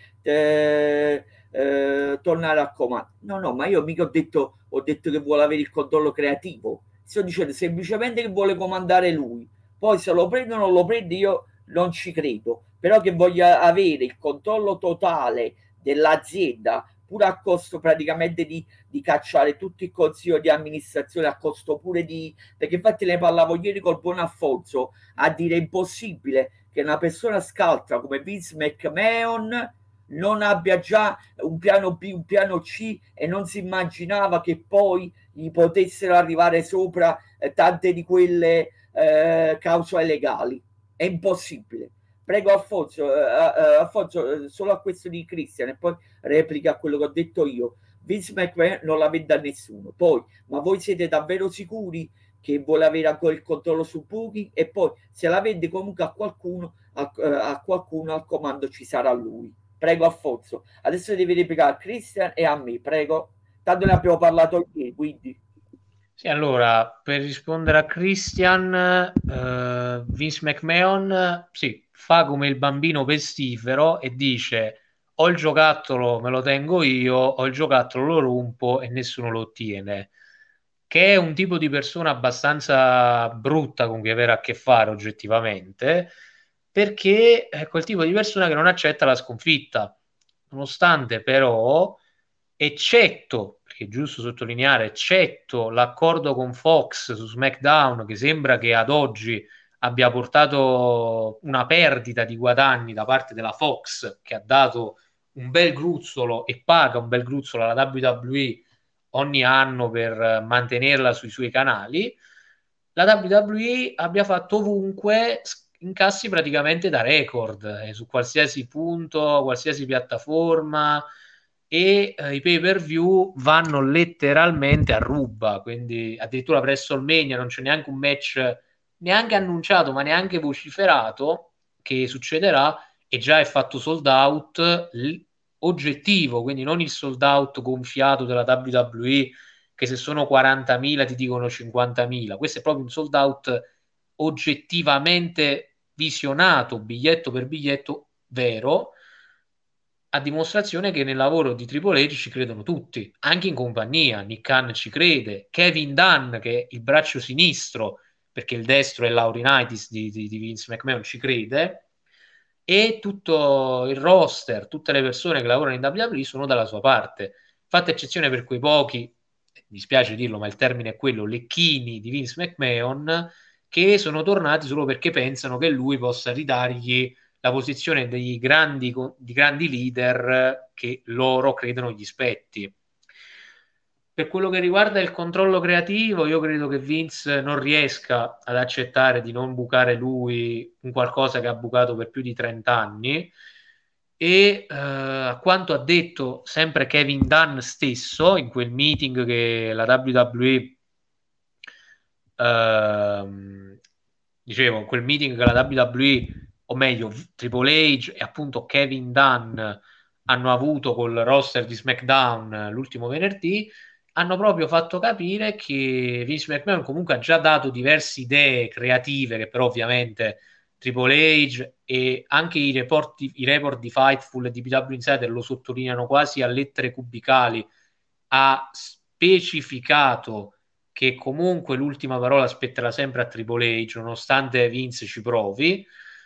eh, eh, tornare a comando. No, no, ma io mica ho detto, ho detto che vuole avere il controllo creativo, sto dicendo semplicemente che vuole comandare lui, poi se lo prende o non lo prende io non ci credo, però che voglia avere il controllo totale dell'azienda pure a costo praticamente di, di cacciare tutto il consiglio di amministrazione, a costo pure di, perché infatti ne parlavo ieri col buon Alfonso, a dire impossibile che una persona scaltra come Vince McMahon non abbia già un piano B, un piano C e non si immaginava che poi gli potessero arrivare sopra eh, tante di quelle eh, causali legali. È impossibile. Prego Alfonso, eh, eh, Alfonso, solo a questo di Christian e poi replica a quello che ho detto io. Vince McMahon non la vede a nessuno. Poi, ma voi siete davvero sicuri che vuole avere ancora il controllo su Booking? E poi se la vende comunque a qualcuno, a, a qualcuno al comando ci sarà lui. Prego Alfonso. Adesso devi replicare a Christian e a me, prego. Tanto ne abbiamo parlato ieri, quindi.
Sì, allora, per rispondere a Christian, eh, Vince McMahon, sì, fa come il bambino pestifero e dice o il giocattolo me lo tengo io o il giocattolo lo rompo e nessuno lo ottiene, che è un tipo di persona abbastanza brutta con cui avere a che fare oggettivamente, perché è quel tipo di persona che non accetta la sconfitta, nonostante però, eccetto, perché è giusto sottolineare, eccetto l'accordo con Fox su SmackDown, che sembra che ad oggi abbia portato una perdita di guadagni da parte della Fox, che ha dato un bel gruzzolo e paga un bel gruzzolo alla W W E ogni anno per mantenerla sui suoi canali, la W W E abbia fatto ovunque incassi praticamente da record, eh, su qualsiasi punto, qualsiasi piattaforma, e eh, i pay per view vanno letteralmente a ruba, quindi addirittura presso WrestleMania non c'è neanche un match neanche annunciato ma neanche vociferato che succederà e già è fatto sold out l- oggettivo, quindi non il sold out gonfiato della W W E che se sono quarantamila ti dicono cinquantamila, questo è proprio un sold out oggettivamente visionato biglietto per biglietto vero, a dimostrazione che nel lavoro di Triple H ci credono tutti, anche in compagnia. Nick Khan ci crede, Kevin Dunn, che è il braccio sinistro, perché il destro è Laurinaitis di, di, di Vince McMahon, ci crede, e tutto il roster, tutte le persone che lavorano in W W E sono dalla sua parte. Fatta eccezione per quei pochi, mi spiace dirlo, ma il termine è quello, lecchini di Vince McMahon, che sono tornati solo perché pensano che lui possa ridargli la posizione dei grandi, di grandi leader che loro credono gli spetti. Per quello che riguarda il controllo creativo, io credo che Vince non riesca ad accettare di non bucare lui un qualcosa che ha bucato per più di trenta anni e eh, a quanto ha detto sempre Kevin Dunn stesso in quel meeting che la W W E ehm, dicevo, quel meeting che la W W E, o meglio, Triple H e appunto Kevin Dunn hanno avuto col roster di SmackDown l'ultimo venerdì, hanno proprio fatto capire che Vince McMahon comunque ha già dato diverse idee creative che però ovviamente Triple H e anche i report, i report di Fightful e di P W Insider lo sottolineano quasi a lettere cubicali, ha specificato che comunque l'ultima parola spetterà sempre a Triple H, nonostante Vince ci provi.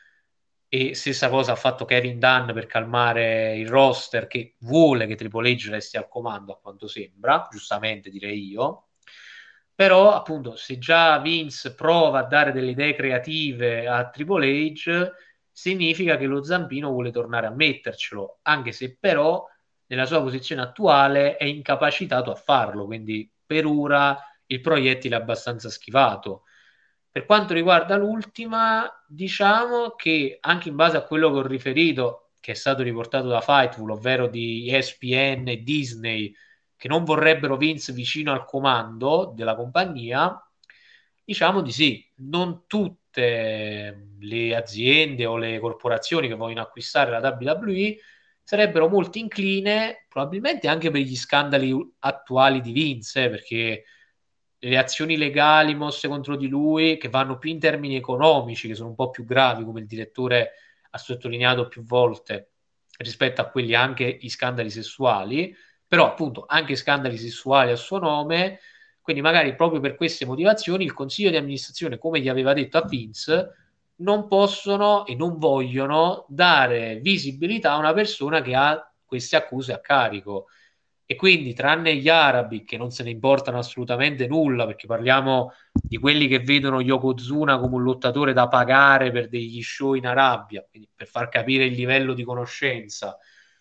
E stessa cosa ha fatto Kevin Dunn per calmare il roster, che vuole che Triple H resti al comando, a quanto sembra, giustamente direi io. Però appunto se già Vince prova a dare delle idee creative a Triple H, significa che lo zampino vuole tornare a mettercelo, anche se però nella sua posizione attuale è incapacitato a farlo, quindi per ora il proiettile è abbastanza schivato. Per quanto riguarda l'ultima, diciamo che anche in base a quello che ho riferito, che è stato riportato da Fightful, ovvero di E S P N e Disney, che non vorrebbero Vince vicino al comando della compagnia, diciamo di sì, non tutte le aziende o le corporazioni che vogliono acquistare la W W E sarebbero molto incline, probabilmente anche per gli scandali attuali di Vince, eh, perché le azioni legali mosse contro di lui, che vanno più in termini economici, che sono un po' più gravi, come il direttore ha sottolineato più volte, rispetto a quelli anche i scandali sessuali, però appunto anche scandali sessuali a suo nome, quindi magari proprio per queste motivazioni il consiglio di amministrazione, come gli aveva detto a Vince, non possono e non vogliono dare visibilità a una persona che ha queste accuse a carico. E quindi, tranne gli arabi, che non se ne importano assolutamente nulla, perché parliamo di quelli che vedono Yokozuna come un lottatore da pagare per degli show in Arabia, quindi per far capire il livello di conoscenza,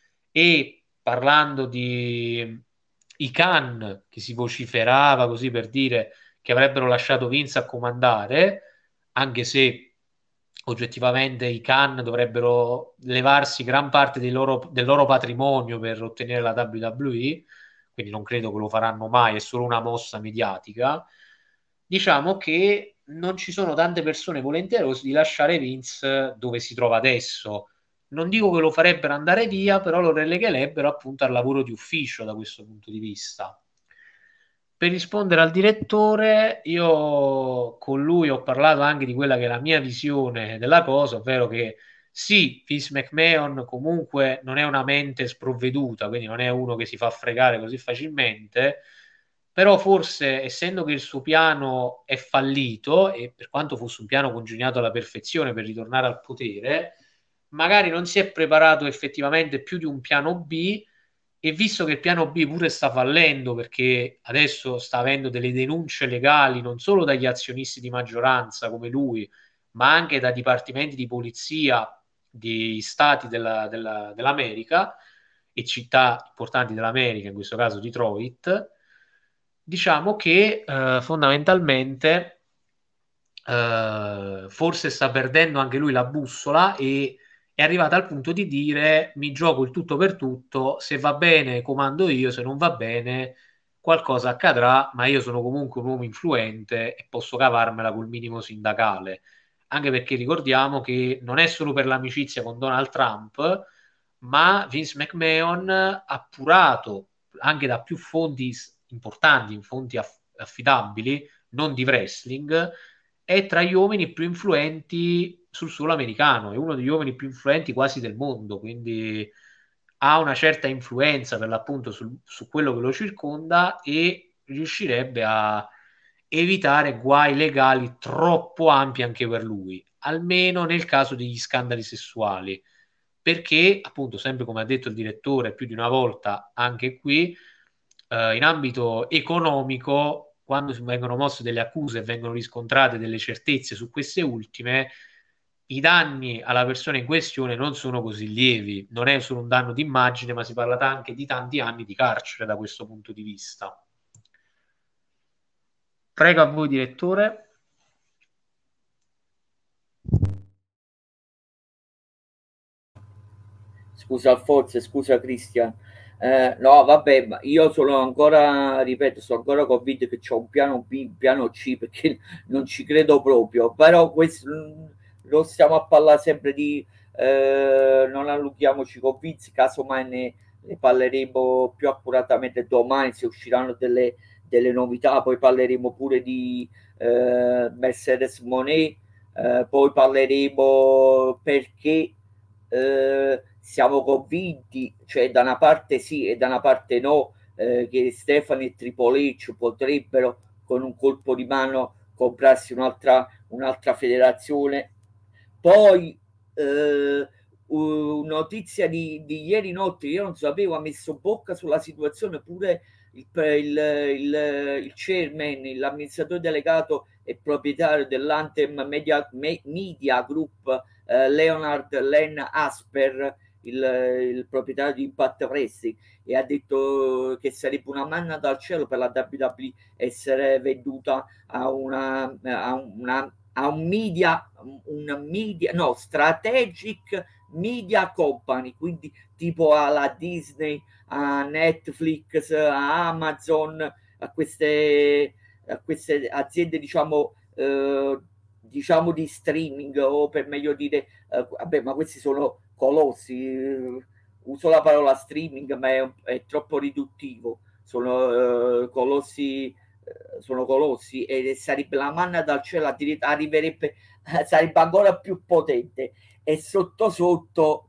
e parlando di i Khan, che si vociferava così per dire che avrebbero lasciato Vince a comandare, anche se oggettivamente i Khan dovrebbero levarsi gran parte del loro, del loro patrimonio per ottenere la W W E, quindi non credo che lo faranno mai, è solo una mossa mediatica. Diciamo che non ci sono tante persone volenterose di lasciare Vince dove si trova adesso. Non dico che lo farebbero andare via, però lo relegherebbero appunto al lavoro di ufficio da questo punto di vista. Per rispondere al direttore, io con lui ho parlato anche di quella che è la mia visione della cosa, ovvero che sì, Vince McMahon comunque non è una mente sprovveduta, quindi non è uno che si fa fregare così facilmente, però forse essendo che il suo piano è fallito, e per quanto fosse un piano congegnato alla perfezione per ritornare al potere, magari non si è preparato effettivamente più di un piano B, e visto che il piano B pure sta fallendo perché adesso sta avendo delle denunce legali non solo dagli azionisti di maggioranza come lui, ma anche da dipartimenti di polizia di stati della, della, dell'America e città importanti dell'America, in questo caso Detroit, diciamo che eh, fondamentalmente eh, forse sta perdendo anche lui la bussola e è arrivata al punto di dire mi gioco il tutto per tutto, se va bene comando io, se non va bene qualcosa accadrà, ma io sono comunque un uomo influente e posso cavarmela col minimo sindacale. Anche perché ricordiamo che non è solo per l'amicizia con Donald Trump, ma Vince McMahon ha appurato anche da più fonti importanti, fonti aff- affidabili, non di wrestling, è tra gli uomini più influenti sul suolo americano, è uno degli uomini più influenti quasi del mondo, quindi ha una certa influenza per l'appunto sul, su quello che lo circonda e riuscirebbe a evitare guai legali troppo ampi anche per lui, almeno nel caso degli scandali sessuali, perché appunto, sempre come ha detto il direttore più di una volta anche qui, eh, in ambito economico, quando vengono mosse delle accuse e vengono riscontrate delle certezze su queste ultime, i danni alla persona in questione non sono così lievi, non è solo un danno d'immagine, ma si parla anche di tanti anni di carcere da questo punto di vista. Prego a voi, direttore.
Scusa Alfonso, scusa Cristian. Eh, no, vabbè, ma io sono ancora, ripeto, sono ancora convinto che c'è un piano B, un piano C, perché non ci credo proprio. Però questo lo stiamo a parlare sempre di, eh, non allunghiamoci con Vince, casomai ne, ne parleremo più accuratamente domani, se usciranno delle, delle novità, poi parleremo pure di eh, Mercedes Monet, eh, poi parleremo perché eh, siamo convinti, cioè da una parte sì e da una parte no, eh, che Stefani e Triple H potrebbero con un colpo di mano comprarsi un'altra, un'altra federazione. Poi eh, notizia di, di ieri notte, io non sapevo, ha messo bocca sulla situazione pure il, il, il, il chairman, l'amministratore delegato e proprietario dell'Anthem Media, Media Group, eh, Leonard Len Asper, il, il proprietario di Impact Wrestling, e ha detto che sarebbe una manna dal cielo per la W W E essere venduta a una, a una a un media, un media, no, strategic media company, quindi tipo alla Disney, a Netflix, a Amazon, a queste, a queste aziende, diciamo, eh, diciamo di streaming, o per meglio dire, eh, vabbè, ma questi sono colossi, eh, uso la parola streaming, ma è, è troppo riduttivo, sono eh, colossi sono colossi, e sarebbe la manna dal cielo, arriverebbe, sarebbe ancora più potente, e sotto sotto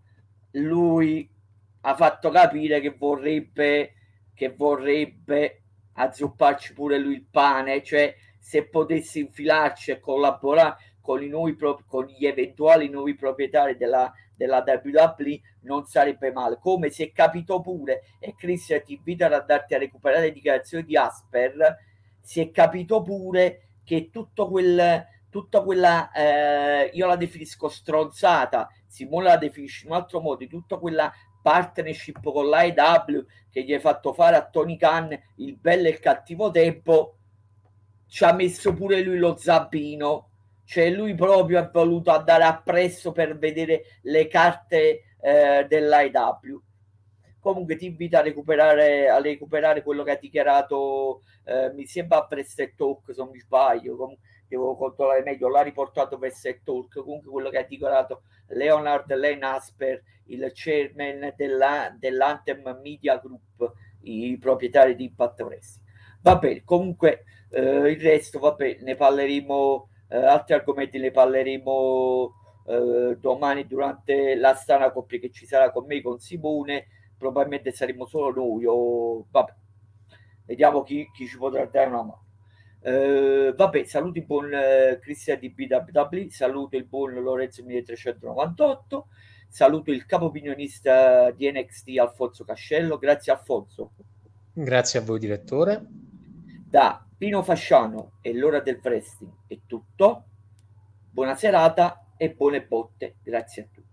lui ha fatto capire che vorrebbe che vorrebbe azzupparci pure lui il pane, cioè se potesse infilarci e collaborare con i nuovi con gli eventuali nuovi proprietari della, della W W E non sarebbe male, come si è capito pure, e Christian ti invita ad andarti a recuperare le dichiarazioni di Asper, si è capito pure che tutto quel tutta quella eh, io la definisco stronzata, Simone la definisce in un altro modo, tutta quella partnership con l'A E W che gli hai fatto fare a Tony Khan, il bello e il cattivo tempo, ci ha messo pure lui lo zampino, cioè lui proprio ha voluto andare appresso per vedere le carte eh, dell'A E W. Comunque ti invito a recuperare, a recuperare quello che ha dichiarato, eh, mi sembra a Wrestle Talk, se non mi sbaglio, comunque devo controllare meglio, l'ha riportato Wrestle Talk, comunque quello che ha dichiarato Leonard Len Asper, il chairman della, dell'Anthem Media Group, i proprietari di Impact Wrestling. Va bene, comunque eh, il resto, vabbè, ne parleremo, eh, altri argomenti ne parleremo eh, domani durante la strana coppia che ci sarà con me, con Simone. Probabilmente saremo solo noi, o vabbè, vediamo chi, chi ci potrà dare una mano. Eh, vabbè, saluto il buon eh, Cristian di B W W E, saluto il buon Lorenzo milletrecentonovantotto, saluto il capo opinionista di N X T Alfonso Cascello. Grazie Alfonso.
Grazie a voi direttore.
Da Pino Fasciano e l'ora del wrestling è tutto, buona serata e buone botte, grazie a tutti.